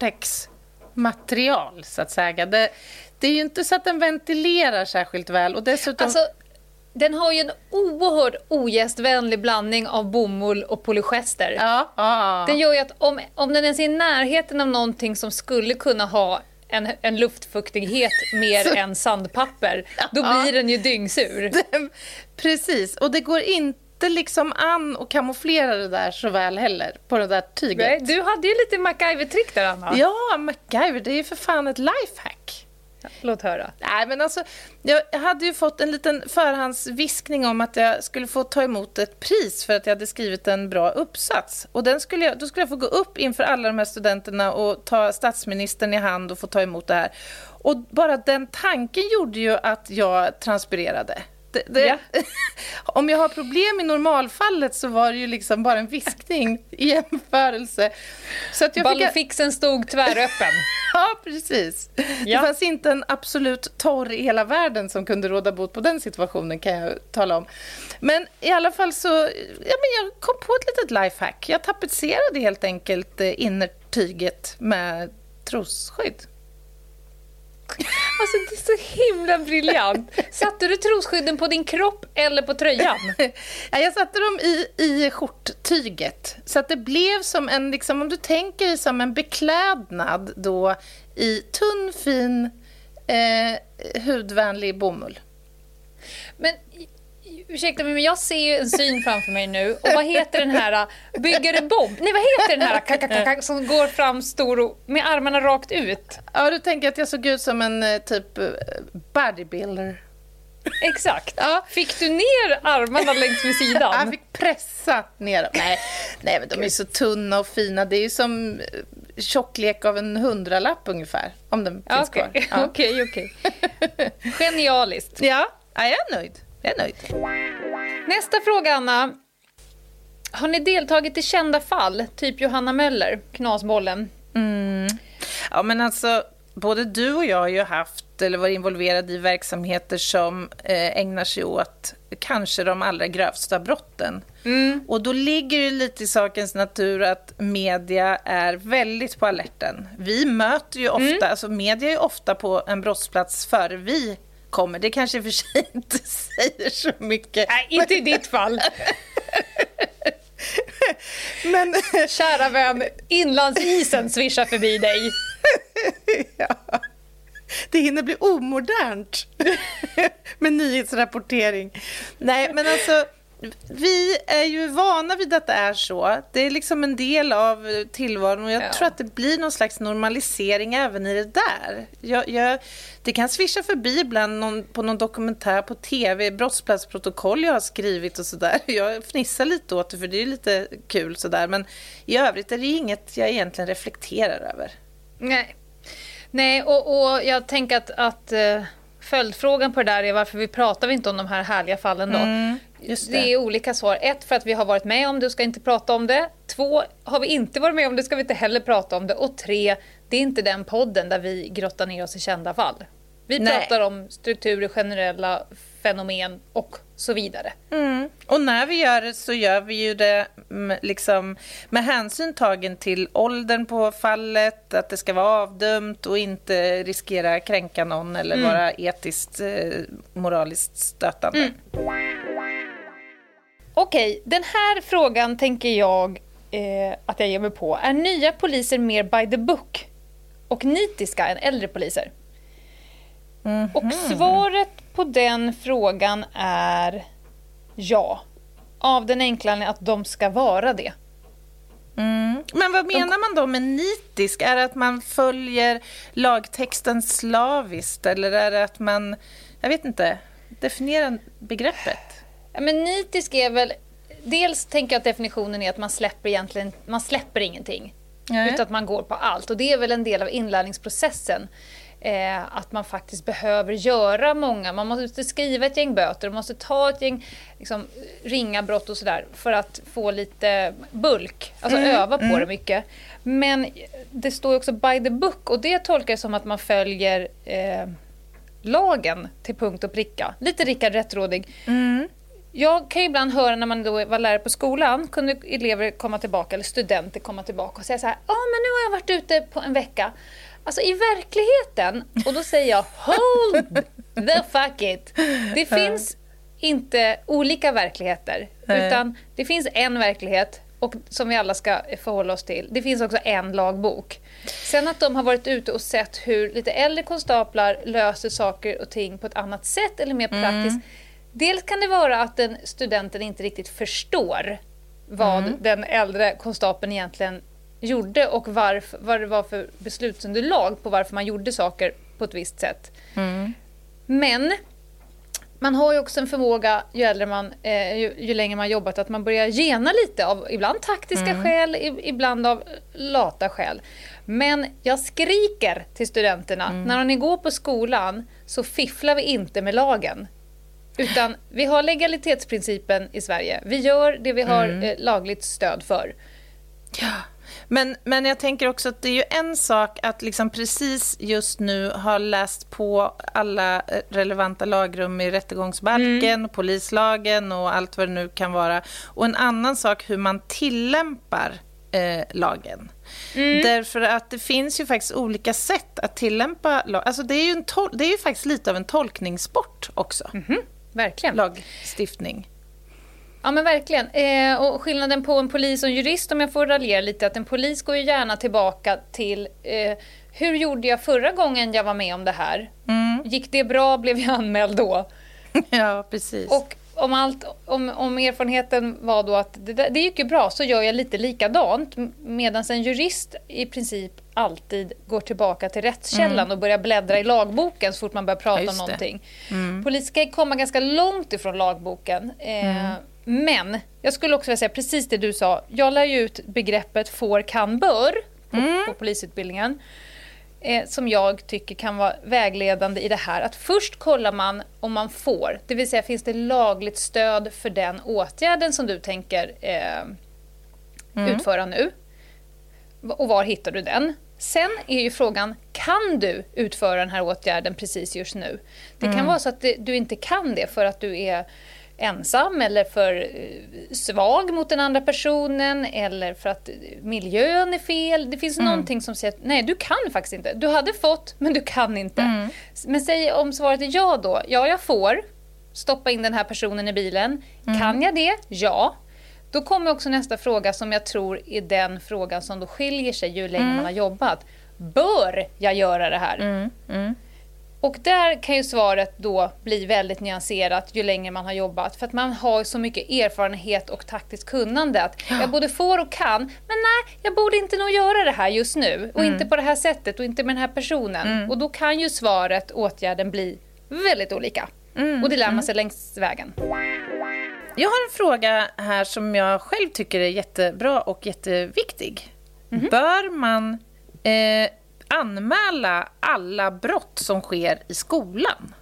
A: Gore-Tex-material så att säga. Det, det är ju inte så att den ventilerar särskilt väl och dessutom...
B: Alltså, den har ju en oerhört ogästvänlig blandning av bomull och polyester.
A: Ja, ja.
B: Den gör ju att om, om den ens är i närheten av någonting som skulle kunna ha en, en luftfuktighet mer så, än sandpapper, då ja. blir den ju dyngsur.
A: Den, precis, och det går inte liksom an och kamouflera det där så väl heller på det där tyget.
B: Nej, du hade ju lite MacGyver-trick där, Anna.
A: Ja, MacGyver, det är ju för fan ett lifehack.
B: Låt höra.
A: Nej, men alltså, jag hade ju fått en liten förhandsviskning om att jag skulle få ta emot ett pris för att jag hade skrivit en bra uppsats. Och den skulle jag, då skulle jag få gå upp inför alla de här studenterna och ta statsministern i hand och få ta emot det här. Och bara den tanken gjorde ju att jag transpirerade. Det, det, ja. Om jag har problem i normalfallet så var det ju liksom bara en viskning i jämförelse. Så att jag
B: Ballofixen fick... stod tväröppen.
A: Ja, precis. Ja. Det fanns inte en absolut torr i hela världen som kunde råda bot på den situationen, kan jag tala om. Men i alla fall så, ja, men jag kom på ett litet lifehack. Jag tapetserade helt enkelt innertyget med trosskydd.
B: Alltså det är så himla briljant. Satte du trosskydden på din kropp eller på tröjan?
A: Ja, jag satte dem i, i skjorttyget. Så att det blev som en, liksom, om du tänker dig som en beklädnad då i tunn, fin, eh, hudvänlig bomull.
B: Men ursäkta mig, men jag ser ju en syn framför mig nu. Och vad heter den här byggare Bob? Nej, vad heter den här kakakaka som går fram stor och, med armarna rakt ut?
A: Ja, du tänker att jag såg ut som en eh, typ eh, bodybuilder.
B: Exakt. Ja. Fick du ner armarna längs med sidan?
A: Jag fick pressa ner dem. Nej, nej, men de är så tunna och fina. Det är ju som tjocklek av en hundralapp ungefär, om den finns
B: okay.
A: kvar. Ja.
B: Okej, okej. Genialiskt.
A: Ja, ja, jag är nöjd. Jag är nöjd.
B: Nästa fråga, Anna. Har ni deltagit i kända fall? Typ Johanna Möller, knasbollen.
A: Mm. Ja, men alltså, både du och jag har ju haft eller varit involverade i verksamheter som eh, ägnar sig åt kanske de allra grövsta brotten. Mm. Och då ligger det lite i sakens natur att media är väldigt på alerten. Vi möter ju ofta, mm. alltså media är ju ofta på en brottsplats före vi kommer. Det kanske för sig inte säger så mycket.
B: Nej, inte i ditt fall.
A: Men
B: kära vän, inlandsisen svischar förbi dig.
A: Ja. Det hinner bli omodernt med nyhetsrapportering. Nej, men alltså vi är ju vana vid att det är så. Det är liksom en del av tillvaron och jag ja. tror att det blir någon slags normalisering även i det där. Jag, jag, det kan svischa förbi ibland någon, på någon dokumentär på tv, brottsplatsprotokoll jag har skrivit och sådär. Jag fnissar lite åt det för det är lite kul sådär. Men i övrigt är det inget jag egentligen reflekterar över.
B: Nej, Nej och, och jag tänker att, att uh, följdfrågan på det där är varför vi pratar vi inte om de här härliga fallen då. Mm. Just det. Det är olika svar. Ett, för att vi har varit med om det och ska inte prata om det. Två, har vi inte varit med om det ska vi inte heller prata om det. Och tre, det är inte den podden där vi grottar ner oss i kända fall. Vi Nej. pratar om strukturer, generella fenomen och så vidare.
A: Mm. Och när vi gör det så gör vi ju det liksom med hänsyn tagen till åldern på fallet, att det ska vara avdömt och inte riskera kränka någon eller mm. vara etiskt, eh, moraliskt stötande. Mm.
B: Okej, den här frågan tänker jag eh, att jag ger mig på. Är nya poliser mer by the book och nitiska än äldre poliser? Mm-hmm. Och svaret på den frågan är ja. Av den enkla att de ska vara det.
A: Mm. Men vad menar de... man då med nitisk? Är det att man följer lagtexten slaviskt? Eller är det att man, jag vet inte, definierar begreppet?
B: Ja, men nitisk är väl, dels tänker jag att definitionen är att man släpper egentligen, man släpper ingenting. Nej. Utan att man går på allt. Och det är väl en del av inlärningsprocessen. Eh, att man faktiskt behöver göra många, man måste skriva ett gäng böter, man måste ta ett gäng liksom, ringa brott och sådär för att få lite bulk, alltså mm, öva på mm. det mycket. Men det står ju också by the book och det tolkar jag som att man följer eh, lagen till punkt och pricka. Lite Rickard Rättrådig. Mm. Jag kan ju ibland höra när man då var lärare på skolan, kunde elever komma tillbaka eller studenter komma tillbaka och säga så här: ja men nu har jag varit ute på en vecka. Alltså i verkligheten, och då säger jag hold the fuck it. Det finns inte olika verkligheter, utan det finns en verklighet och som vi alla ska förhålla oss till. Det finns också en lagbok. Sen att de har varit ute och sett hur lite äldre konstaplar löser saker och ting på ett annat sätt eller mer praktiskt. Mm. Dels kan det vara att den studenten inte riktigt förstår vad mm. den äldre konstapeln egentligen gjorde och varf, vad det var för beslutsunderlag på varför man gjorde saker på ett visst sätt. Mm. Men man har ju också en förmåga ju äldre man, eh, ju, ju längre man jobbat, att man börjar gena lite av ibland taktiska mm. skäl, ibland av lata skäl. Men jag skriker till studenterna, mm. när ni går på skolan så fifflar vi inte med lagen. Utan vi har legalitetsprincipen i Sverige. Vi gör det vi har mm. eh, lagligt stöd för.
A: Ja. Men, men jag tänker också att det är ju en sak att liksom precis just nu ha läst på alla relevanta lagrum i rättegångsbalken, mm. polislagen och allt vad det nu kan vara. Och en annan sak hur man tillämpar eh, lagen. Mm. Därför att det finns ju faktiskt olika sätt att tillämpa lag. Alltså det är ju, en tol- det är ju faktiskt lite av en tolkningssport också.
B: Mm-hmm. Verkligen.
A: Lagstiftning.
B: Ja, men verkligen. Eh, och skillnaden på en polis och en jurist, om jag får raljera lite, att en polis går ju gärna tillbaka till eh, hur gjorde jag förra gången jag var med om det här? Mm. Gick det bra? Blev jag anmäld då?
A: Ja, precis.
B: Och om, allt, om, om erfarenheten var då att det, det gick ju bra, så gör jag lite likadant. Medan en jurist i princip alltid går tillbaka till rättskällan mm. och börjar bläddra i lagboken så fort man börjar prata ja, om någonting. Mm. Polis ska komma ganska långt ifrån lagboken. Eh, mm. Men jag skulle också vilja säga precis det du sa. Jag lär ju ut begreppet får, kan, bör på, mm. på polisutbildningen. Eh, som jag tycker kan vara vägledande i det här. Att först kollar man om man får. Det vill säga, finns det lagligt stöd för den åtgärden som du tänker eh, mm. utföra nu? Och var hittar du den? Sen är ju frågan, kan du utföra den här åtgärden precis just nu? Det kan mm. vara så att det, du inte kan det för att du är ensam eller för svag mot den andra personen eller för att miljön är fel. Det finns mm. någonting som säger att nej, du kan faktiskt inte. Du hade fått, men du kan inte. Mm. Men säg om svaret är ja då. Ja, jag får stoppa in den här personen i bilen. Mm. Kan jag det? Ja. Då kommer också nästa fråga som jag tror är den frågan som då skiljer sig ju längre mm. man har jobbat. Bör jag göra det här? Mm. Mm. Och där kan ju svaret då bli väldigt nyanserat ju längre man har jobbat. För att man har så mycket erfarenhet och taktiskt kunnande att ja. jag både får och kan, men nej, jag borde inte nog göra det här just nu. Och mm. inte på det här sättet och inte med den här personen. Mm. Och då kan ju svaret, åtgärden, bli väldigt olika. Mm. Och det lär man sig mm. längs vägen.
A: Jag har en fråga här som jag själv tycker är jättebra och jätteviktig. Mm. Bör man... Eh, anmäla alla brott som sker i skolan.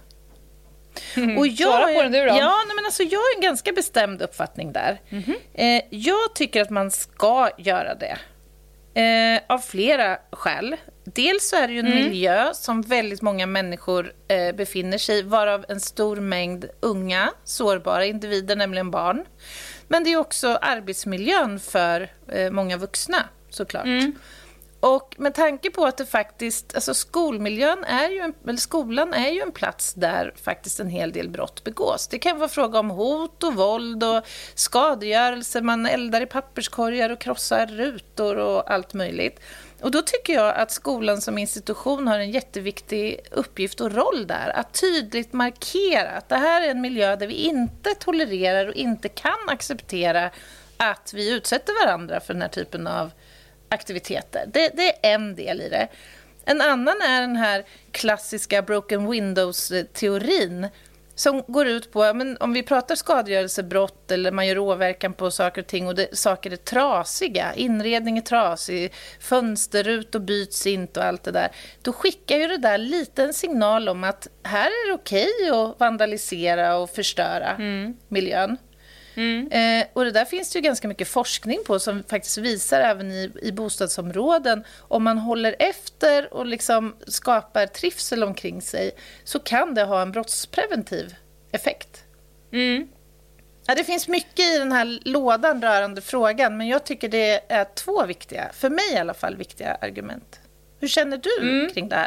B: Mm. Och jag Svara på den du då.
A: Ja, nej, men alltså jag har en ganska bestämd uppfattning där. Mm-hmm. Eh, jag tycker att man ska göra det. Eh, av flera skäl. Dels så är det ju en mm. miljö som väldigt många människor eh, befinner sig i, varav en stor mängd unga, sårbara individer, nämligen barn. Men det är också arbetsmiljön för eh, många vuxna, såklart. Mm. Och med tanke på att det faktiskt, alltså skolmiljön är ju en, eller skolan är ju en plats där faktiskt en hel del brott begås. Det kan vara fråga om hot och våld och skadegörelse, man eldar i papperskorgar och krossar rutor och allt möjligt. Och då tycker jag att skolan som institution har en jätteviktig uppgift och roll där. Att tydligt markera att det här är en miljö där vi inte tolererar och inte kan acceptera att vi utsätter varandra för den här typen av aktiviteter. Det, det är en del i det. En annan är den här klassiska broken windows-teorin som går ut på, men om vi pratar skadegörelsebrott eller man gör åverkan på saker och ting och det, saker är trasiga, inredning är trasig, fönsterrut och byts inte och allt det där, då skickar ju det där lite en signal om att här är det okej att vandalisera och förstöra mm. miljön. Mm. Eh, och det där finns det ju ganska mycket forskning på som faktiskt visar även i, i bostadsområden, om man håller efter och liksom skapar trivsel omkring sig, så kan det ha en brottspreventiv effekt. Mm. Ja, det finns mycket i den här lådan rörande frågan, men jag tycker det är två viktiga, för mig i alla fall viktiga argument. Hur känner du mm. kring det här?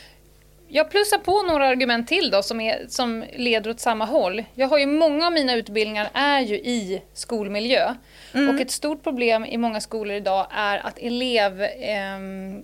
B: Jag plussar på några argument till då som, är, som leder åt samma håll. Jag har ju många av mina utbildningar är ju i skolmiljö. Mm. Och ett stort problem i många skolor idag är att elev, eh,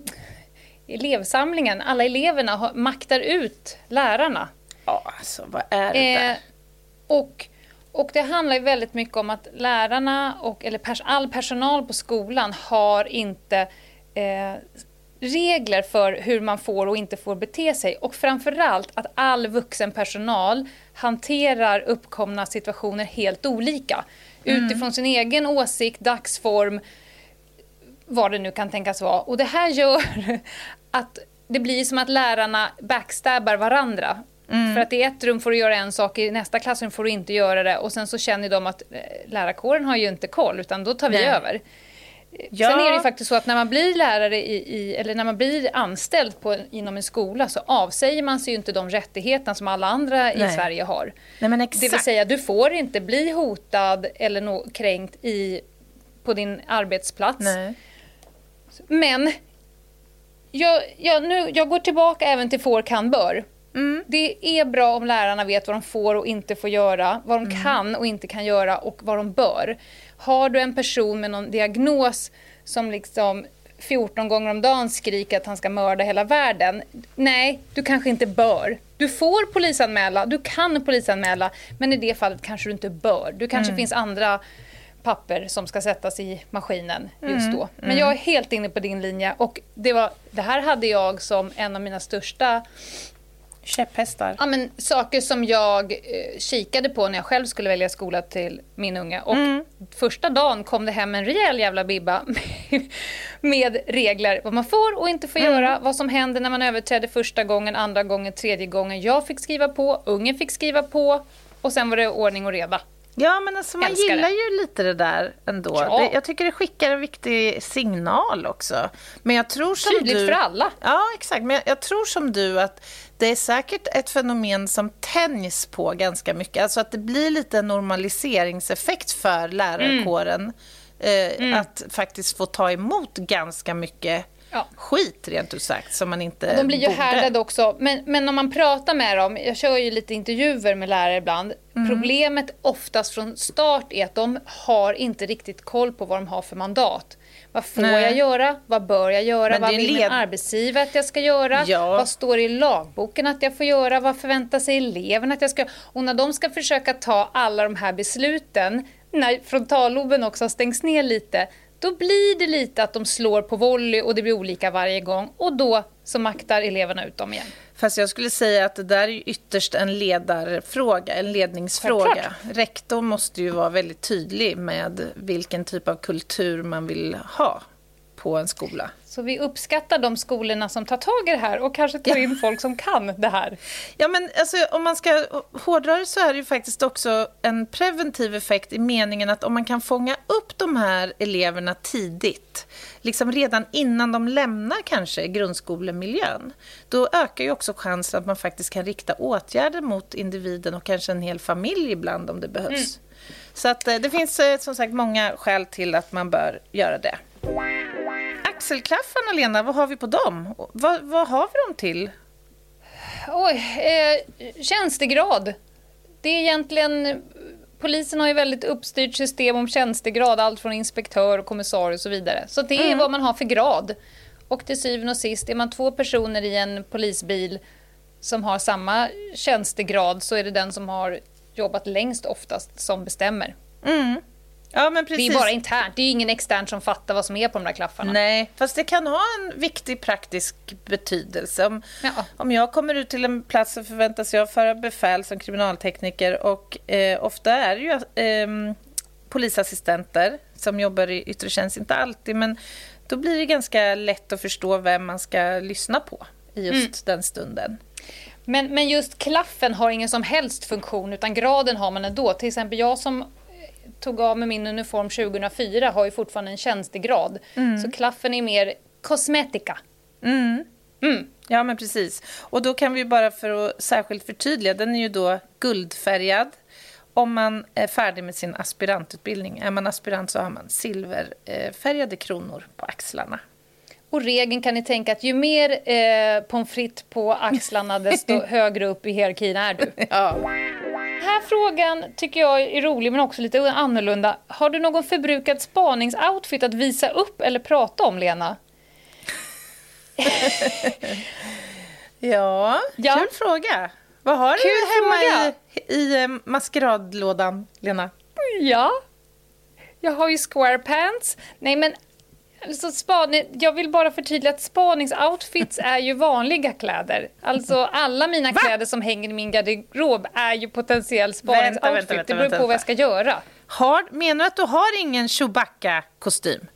B: elevsamlingen, alla eleverna har, maktar ut lärarna.
A: Ja, alltså vad är det där? Eh,
B: och, och det handlar ju väldigt mycket om att lärarna och eller pers- all personal på skolan har inte... Eh, regler för hur man får och inte får bete sig, och framförallt att all vuxen personal hanterar uppkomna situationer helt olika mm. utifrån sin egen åsikt, dagsform, vad det nu kan tänkas vara. Och det här gör att det blir som att lärarna backstabbar varandra. Mm. För att i ett rum får du göra en sak, i nästa klassrum får du inte göra det, och sen så känner de att lärarkåren har ju inte koll, utan då tar vi Nej. över. Ja. Sen är det ju faktiskt så att när man blir lärare i, i, eller när man blir anställd på, inom en skola, så avsäger man sig ju inte de rättigheterna som alla andra Nej. i Sverige har.
A: Nej, men exakt.
B: Det vill säga, du får inte bli hotad eller no, kränkt i, på din arbetsplats.
A: Nej.
B: Men jag, jag, nu, jag går tillbaka även till får, kan, bör. Mm. Det är bra om lärarna vet vad de får och inte får göra, vad de mm. kan och inte kan göra och vad de bör. Har du en person med någon diagnos som liksom fjorton gånger om dagen skriker att han ska mörda hela världen. Nej, du kanske inte bör. Du får polisanmäla, du kan polisanmäla, men i det fallet kanske du inte bör. Du kanske mm. finns andra papper som ska sättas i maskinen just då. Mm. Men mm. jag är helt inne på din linje och det, var, det här hade jag som en av mina största
A: käpphästar.
B: Ja, men saker som jag eh, kikade på när jag själv skulle välja skola till min unga. Och mm. första dagen kom det hem en rejäl jävla bibba med, med regler. Vad man får och inte får mm. göra. Vad som händer när man överträdde första gången, andra gången, tredje gången. Jag fick skriva på, ungen fick skriva på. Och sen var det ordning och reda.
A: Ja, men alltså man Älskar gillar det. ju lite det där ändå. Ja. Det, jag tycker det skickar en viktig signal också. Men jag tror som
B: Tydligt
A: du...
B: för alla.
A: Ja, exakt. Men jag, jag tror som du att det är säkert ett fenomen som tänjs på ganska mycket. Alltså att det blir lite normaliseringseffekt för lärarkåren. Mm. Eh, mm. Att faktiskt få ta emot ganska mycket ja. skit, rent ut sagt, som man inte
B: De blir ju
A: borde.
B: härdade också. Men, men om man pratar med dem, jag kör ju lite intervjuer med lärare ibland. Mm. Problemet oftast från start är att de har inte riktigt koll på vad de har för mandat. Vad får Nej. jag göra? Vad bör jag göra? Men vad vill led... min arbetsgivare att jag ska göra? Ja. Vad står i lagboken att jag får göra? Vad förväntar sig eleven att jag ska göra? Och när de ska försöka ta alla de här besluten, när frontalloben också stängs ner lite, då blir det lite att de slår på volley och det blir olika varje gång. Och då så maktar eleverna ut dem igen.
A: Fast jag skulle säga att det där är ju ytterst en ledarfråga, en ledningsfråga. Självklart. Rektor måste ju vara väldigt tydlig med vilken typ av kultur man vill ha på en skola.
B: Så vi uppskattar de skolorna som tar tag i det här och kanske tar in folk som kan det här.
A: Ja, men alltså, om man ska hårdra det så är det ju faktiskt också en preventiv effekt i meningen att om man kan fånga upp de här eleverna tidigt, liksom redan innan de lämnar kanske grundskolemiljön, då ökar ju också chansen att man faktiskt kan rikta åtgärder mot individen och kanske en hel familj ibland om det behövs. Mm. Så att det finns som sagt många skäl till att man bör göra det. Axelklaffarna, Lena, vad har vi på dem? Vad, vad har vi dem till?
B: Oj, eh, tjänstegrad. Det är egentligen... Polisen har ju väldigt uppstyrt system om tjänstegrad, allt från inspektör och kommissarie och så vidare. Så det är mm. vad man har för grad. Och till syvende och sist, är man två personer i en polisbil som har samma tjänstegrad, så är det den som har jobbat längst oftast som bestämmer. Mm. Ja, men precis. Det är bara internt, det är ingen extern som fattar vad som är på de där klaffarna.
A: Nej, fast det kan ha en viktig praktisk betydelse. Om, ja. om jag kommer ut till en plats så förväntas jag föra befäl som kriminaltekniker och eh, ofta är det ju eh, polisassistenter som jobbar i yttre tjänst, inte alltid, men då blir det ganska lätt att förstå vem man ska lyssna på i just mm. den stunden.
B: Men, men just klaffen har ingen som helst funktion, utan graden har man ändå. Till exempel jag som tog av med min uniform tjugohundrafyra har ju fortfarande en tjänstegrad. Mm. Så klaffen är mer kosmetika.
A: Mm. Mm. Ja, men precis. Och då kan vi bara för att särskilt förtydliga, den är ju då guldfärgad om man är färdig med sin aspirantutbildning. Är man aspirant så har man silverfärgade kronor på axlarna.
B: Och regeln kan ni tänka att ju mer eh, pommes frites på axlarna desto högre upp i hierarkin är du.
A: Ja.
B: Den här frågan tycker jag är rolig men också lite annorlunda. Har du någon förbrukad spaningsoutfit att visa upp eller prata om, Lena?
A: ja, ja, kul fråga. Vad har kul du hemma fråga. i, i eh, maskeradlådan, Lena?
B: Ja, jag har ju square pants. Nej, men alltså, spaning, jag vill bara förtydliga att spaningsoutfits är ju vanliga kläder. Alltså alla mina Va? kläder som hänger i min garderob är ju potentiell spaningsoutfit. Vänta, vänta, vänta, det beror på vänta. vad jag ska göra.
A: Har, menar du att du har ingen Chewbacca-kostym?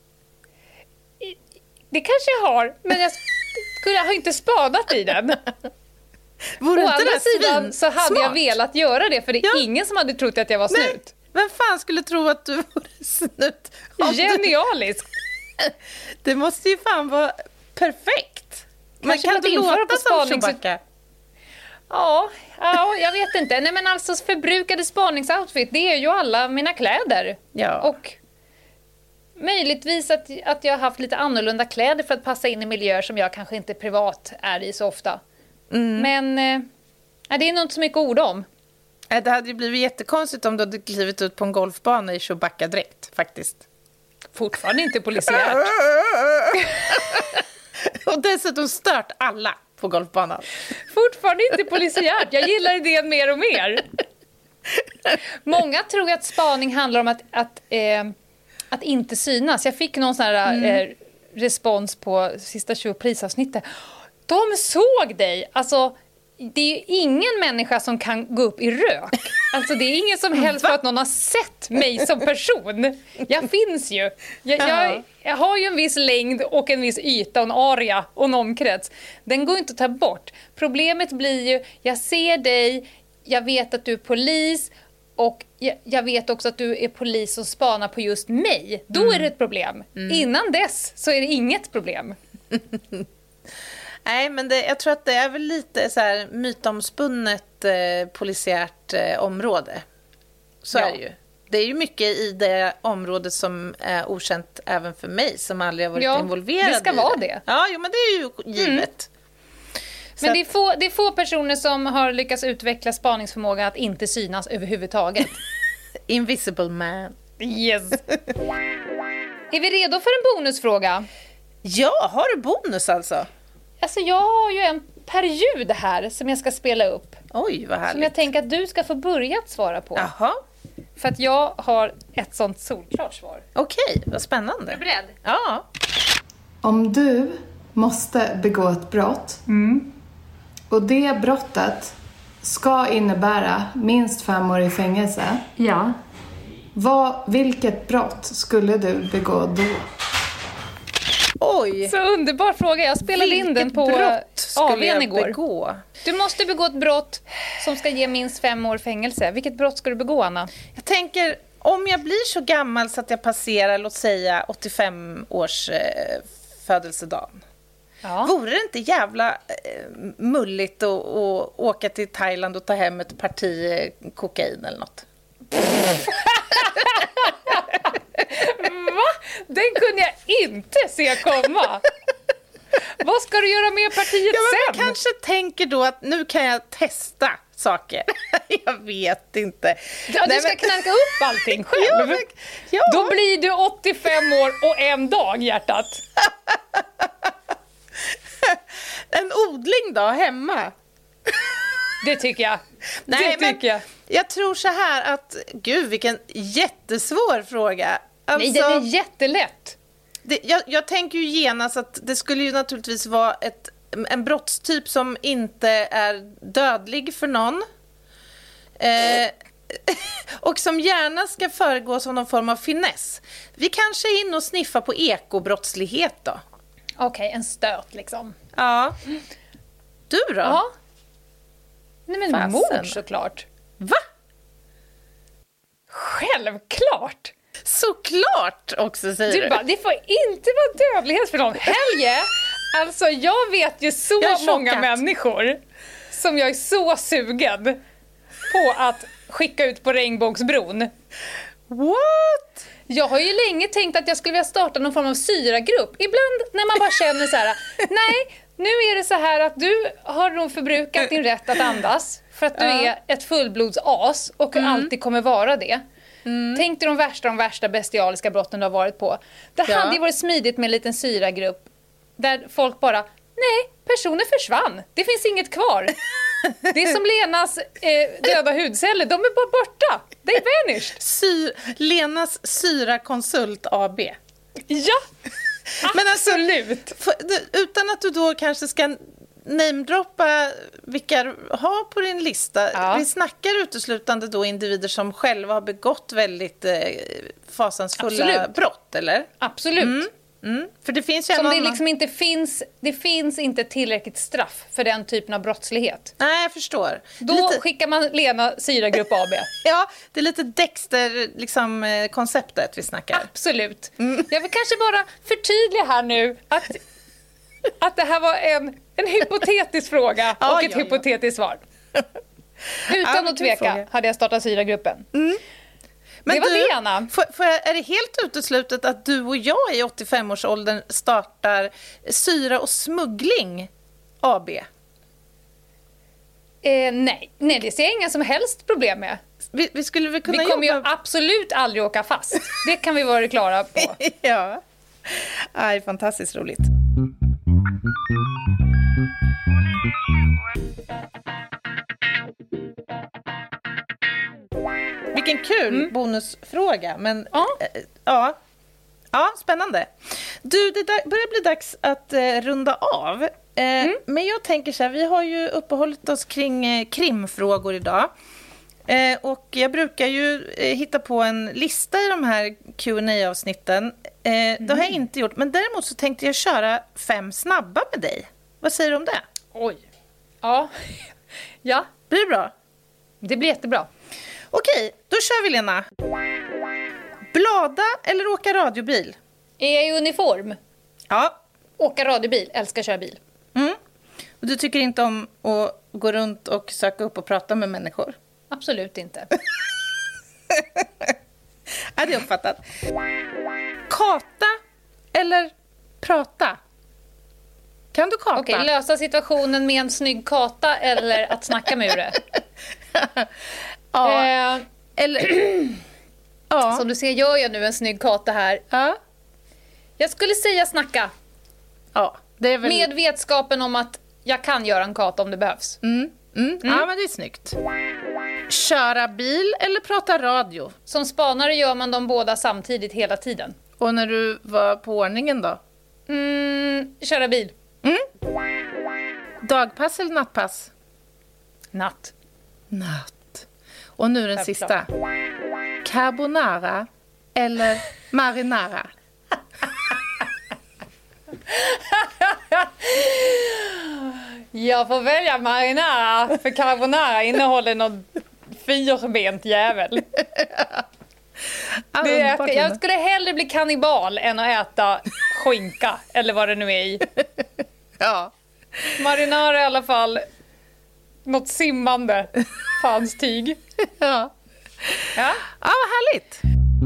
B: Det kanske jag har, men jag skulle ha inte spadat i den.
A: Vore
B: Å andra sidan så hade
A: smart?
B: jag velat göra det, för det är ja. ingen som hade trott att jag var snut.
A: Men vem fan skulle tro att du var snut?
B: Genialiskt.
A: Det måste ju fan vara perfekt. Men kan du låta som Chewbacca?
B: Ja, ja, jag vet inte. Nej, men alltså förbrukade spaningsoutfit, det är ju alla mina kläder.
A: Ja.
B: Och Möjligtvis att, att jag har haft lite annorlunda kläder för att passa in i miljöer som jag kanske inte privat är i så ofta. Mm. Men eh, det är nog inte så mycket ord om.
A: Det hade ju blivit jättekonstigt om du hade klivit ut på en golfbana i Chewbacca-dräkt, faktiskt.
B: Fortfarande inte polisiärt.
A: Och dessutom stört alla på golfbanan.
B: Fortfarande inte polisiärt. Jag gillar idén mer och mer. Många tror att spaning handlar om att, att, eh, att inte synas. Jag fick någon sån här mm. eh, respons på sista tjugo prisavsnittet. De såg dig! Alltså, det är ju ingen människa som kan gå upp i rök. Alltså det är ingen som helst för att någon har sett mig som person. Jag finns ju. Jag, jag, jag har ju en viss längd och en viss yta och en area och en omkrets. Den går inte att ta bort. Problemet blir ju, jag ser dig, jag vet att du är polis och jag, jag vet också att du är polis som spanar på just mig. Då mm. är det ett problem. Mm. Innan dess så är det inget problem.
A: Nej, men det, jag tror att det är väl lite så här mytomspunnet eh, polisiärt eh, område. Så ja. är det ju. Det är ju mycket i det området som är okänt även för mig som aldrig har varit ja, involverad i det.
B: Det ska vara det.
A: Ja, jo, men det är ju givet. Mm.
B: Men att... det, är få, det är få personer som har lyckats utveckla spaningsförmåga att inte synas överhuvudtaget.
A: Invisible man.
B: Yes. Är vi redo för en bonusfråga?
A: Ja, har du bonus alltså?
B: Alltså jag har ju en period här som jag ska spela upp.
A: Oj, vad härligt.
B: Som jag tänker att du ska få börja att svara på.
A: Jaha.
B: För att jag har ett sånt solklart svar.
A: Okej, vad spännande.
B: Är du beredd?
A: Ja.
C: Om du måste begå ett brott mm. och det brottet ska innebära minst fem år i fängelse.
B: Ja.
C: Vad, vilket brott skulle du begå då?
A: Oj.
B: Så underbar fråga. Jag spelade
A: Vilket
B: in den på A V:n igår.
A: Begå?
B: Du måste begå ett brott som ska ge minst fem år fängelse. Vilket brott ska du begå, Anna?
A: Jag tänker, om jag blir så gammal så att jag passerar, låt säga, åttiofem års eh, födelsedagen. Ja. Vore det inte jävla eh, mulligt att, att åka till Thailand och ta hem ett parti eh, kokain eller något?
B: Va? Den kunde jag inte se komma. Vad ska du göra med partiet
A: ja, men
B: sen?
A: Jag kanske tänker då att nu kan jag testa saker. Jag vet inte.
B: Ja, du ska men... knacka upp allting själv. Ja, men... ja. Då blir du åttiofem år och en dag, hjärtat.
A: En odling då, hemma?
B: Det tycker jag.
A: Nej,
B: det tycker jag.
A: Jag tror så här att, gud vilken jättesvår fråga. Alltså,
B: nej, det är jättelätt.
A: Det, jag, jag tänker ju genast att det skulle ju naturligtvis vara ett, en brottstyp som inte är dödlig för någon. Eh, och som gärna ska föregås av någon form av finess. Vi kanske är inne och sniffar på ekobrottslighet då.
B: Okej, okay, en stöt liksom.
A: Ja. Du då?
B: Ja. Nej, men Fasen. Mord såklart.
A: Va?
B: Självklart.
A: Såklart också, säger du.
B: Du bara, det får inte vara dödlighet för någon. Helge, alltså jag vet ju så många människor som jag är så sugen på att skicka ut på Regnbågsbron.
A: What?
B: Jag har ju länge tänkt att jag skulle vilja starta någon form av syragrupp. Ibland när man bara känner så här, nej, nu är det så här att du har nog förbrukat din rätt att andas för att du ja. är ett fullblodsas och mm. alltid kommer vara det. Mm. Tänk dig de värsta, de värsta bestialiska brotten du har varit på. Det ja. hade ju varit smidigt med en liten syragrupp där folk bara, nej, personen försvann. Det finns inget kvar. Det är som Lenas eh, döda hudceller, de är bara borta. They vanished.
A: Sy- Lenas Syrakonsult A B.
B: Ja, men absolut.
A: Alltså, för, utan att du då kanske ska namedroppa vilka du har på din lista. Ja. Vi snackar uteslutande då individer som själva har begått väldigt eh, fasansfulla absolut. brott, eller?
B: Absolut.
A: Mm. Mm. För det finns ju
B: som
A: annan...
B: det liksom inte finns, det finns inte tillräckligt straff för den typen av brottslighet.
A: Nej, jag förstår.
B: Då
A: lite...
B: skickar man Lena Syragrupp A B.
A: Ja, det är lite Dexter liksom, eh, konceptet vi snackar.
B: Absolut. Mm. Jag vill kanske bara förtydliga här nu att, att det här var en, en hypotetisk fråga ja, och ett ja, hypotetiskt ja. svar. Utan ja, att tveka fråga. hade jag startat Syragruppen. Mm. Men det var
A: du,
B: det, Anna.
A: För, för är det helt uteslutet att du och jag i åttiofemårsåldern startar Syra och smuggling A B?
B: Eh, nej. nej, det ser jag inga som helst problem med.
A: Vi, vi skulle väl kunna
B: Vi kommer
A: jobba...
B: ju absolut aldrig åka fast. Det kan vi vara klara på.
A: Ja, aj, fantastiskt roligt. Vilken kul mm. bonusfråga, men ja. Äh, ja. Ja, spännande. Du, det börjar bli dags att eh, runda av. Eh, mm. Men jag tänker så här, vi har ju uppehållit oss kring eh, krimfrågor idag. Eh, och jag brukar ju eh, hitta på en lista i de här Q and A-avsnitten. Eh, mm. Det har jag inte gjort, men däremot så tänkte jag köra fem snabba med dig. Vad säger du om det?
B: Oj. Ja. Ja.
A: Blir det bra?
B: Det blir jättebra.
A: Okej, då kör vi, Lena. Blada eller åka radiobil?
B: Är jag i uniform?
A: Ja.
B: Åka radiobil, älskar köra bil.
A: Mm. Och du tycker inte om att gå runt och söka upp och prata med människor?
B: Absolut inte.
A: Ja, det är uppfattat. Kata eller prata? Kan du kata?
B: Okej, lösa situationen med en snygg kata eller att snacka med det.
A: Ja,
B: eh,
A: eller... ja.
B: Som du ser gör jag nu en snygg kata här.
A: Ja.
B: Jag skulle säga snacka.
A: Ja, det är väl...
B: Med vetskapen om att jag kan göra en kata om det behövs.
A: Mm. Mm. Mm. Ja, men det är snyggt. Köra bil eller prata radio?
B: Som spanare gör man dem båda samtidigt hela tiden.
A: Och när du var på ordningen då?
B: Mm, köra bil.
A: Mm. Dagpass eller nattpass?
B: Natt.
A: Natt. Och nu den
B: Självklart.
A: sista. Carbonara eller marinara?
B: Jag får välja marinara, för carbonara innehåller någon fyrbent jävel. Det är, jag skulle hellre bli kannibal än att äta skinka eller vad det nu är i.
A: Ja.
B: Marinara i alla fall något simmande fanstyg.
A: Ja.
B: Ja,
A: ja, vad härligt.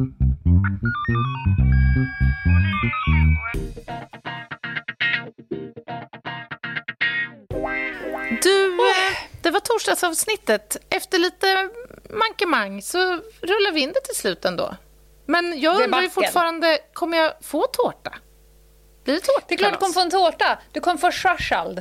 A: Du, det var torsdagsavsnittet. Efter lite mankemang så rullar vi in det till slut ändå. Men jag undrar ju fortfarande, kommer jag få tårta? Blir det tårta?
B: Det är klart du kommer få en tårta. Du kommer få schwarzwald.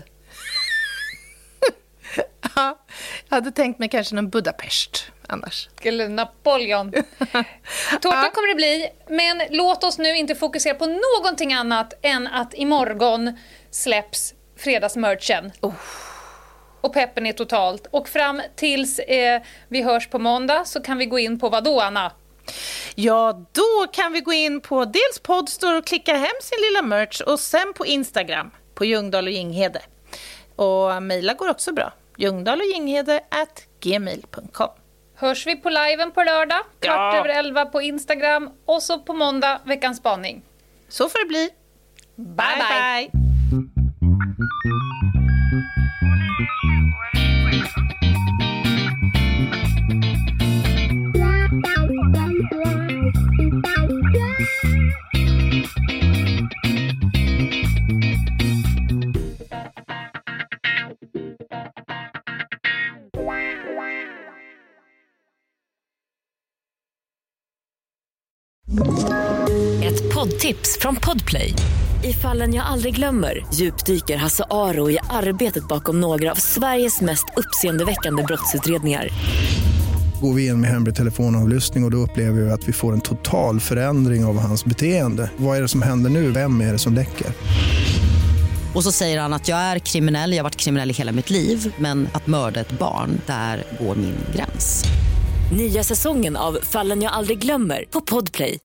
A: Ja, jag hade tänkt mig kanske någon Budapest annars.
B: Eller Napoleon. Tårta ja. kommer det bli, men låt oss nu inte fokusera på någonting annat än att imorgon släpps fredagsmerchen. Oh. Och peppen är totalt. Och fram tills eh, vi hörs på måndag så kan vi gå in på vad då, Anna?
A: Ja, då kan vi gå in på dels Podstore och klicka hem sin lilla merch och sen på Instagram på Ljungdahl och Ginghede. Och mejla går också bra. ljungdahl och ginghede at gmail punkt com.
B: Hörs vi på liven på lördag, kvart
A: ja.
B: över elva på Instagram och så på måndag veckans spaning.
A: Så får det bli.
B: Bye bye. bye.
D: Ett poddtips från Podplay. I Fallen jag aldrig glömmer djupdyker Hasse Aro i arbetet bakom några av Sveriges mest uppseendeväckande brottsutredningar.
E: Går vi in med hemlig telefonavlyssning och, och då upplever vi att vi får en total förändring av hans beteende. Vad är det som händer nu? Vem är det som läcker?
F: Och så säger han att jag är kriminell, jag har varit kriminell i hela mitt liv. Men att mörda ett barn, där går min gräns.
D: Nya säsongen av Fallen jag aldrig glömmer på Podplay.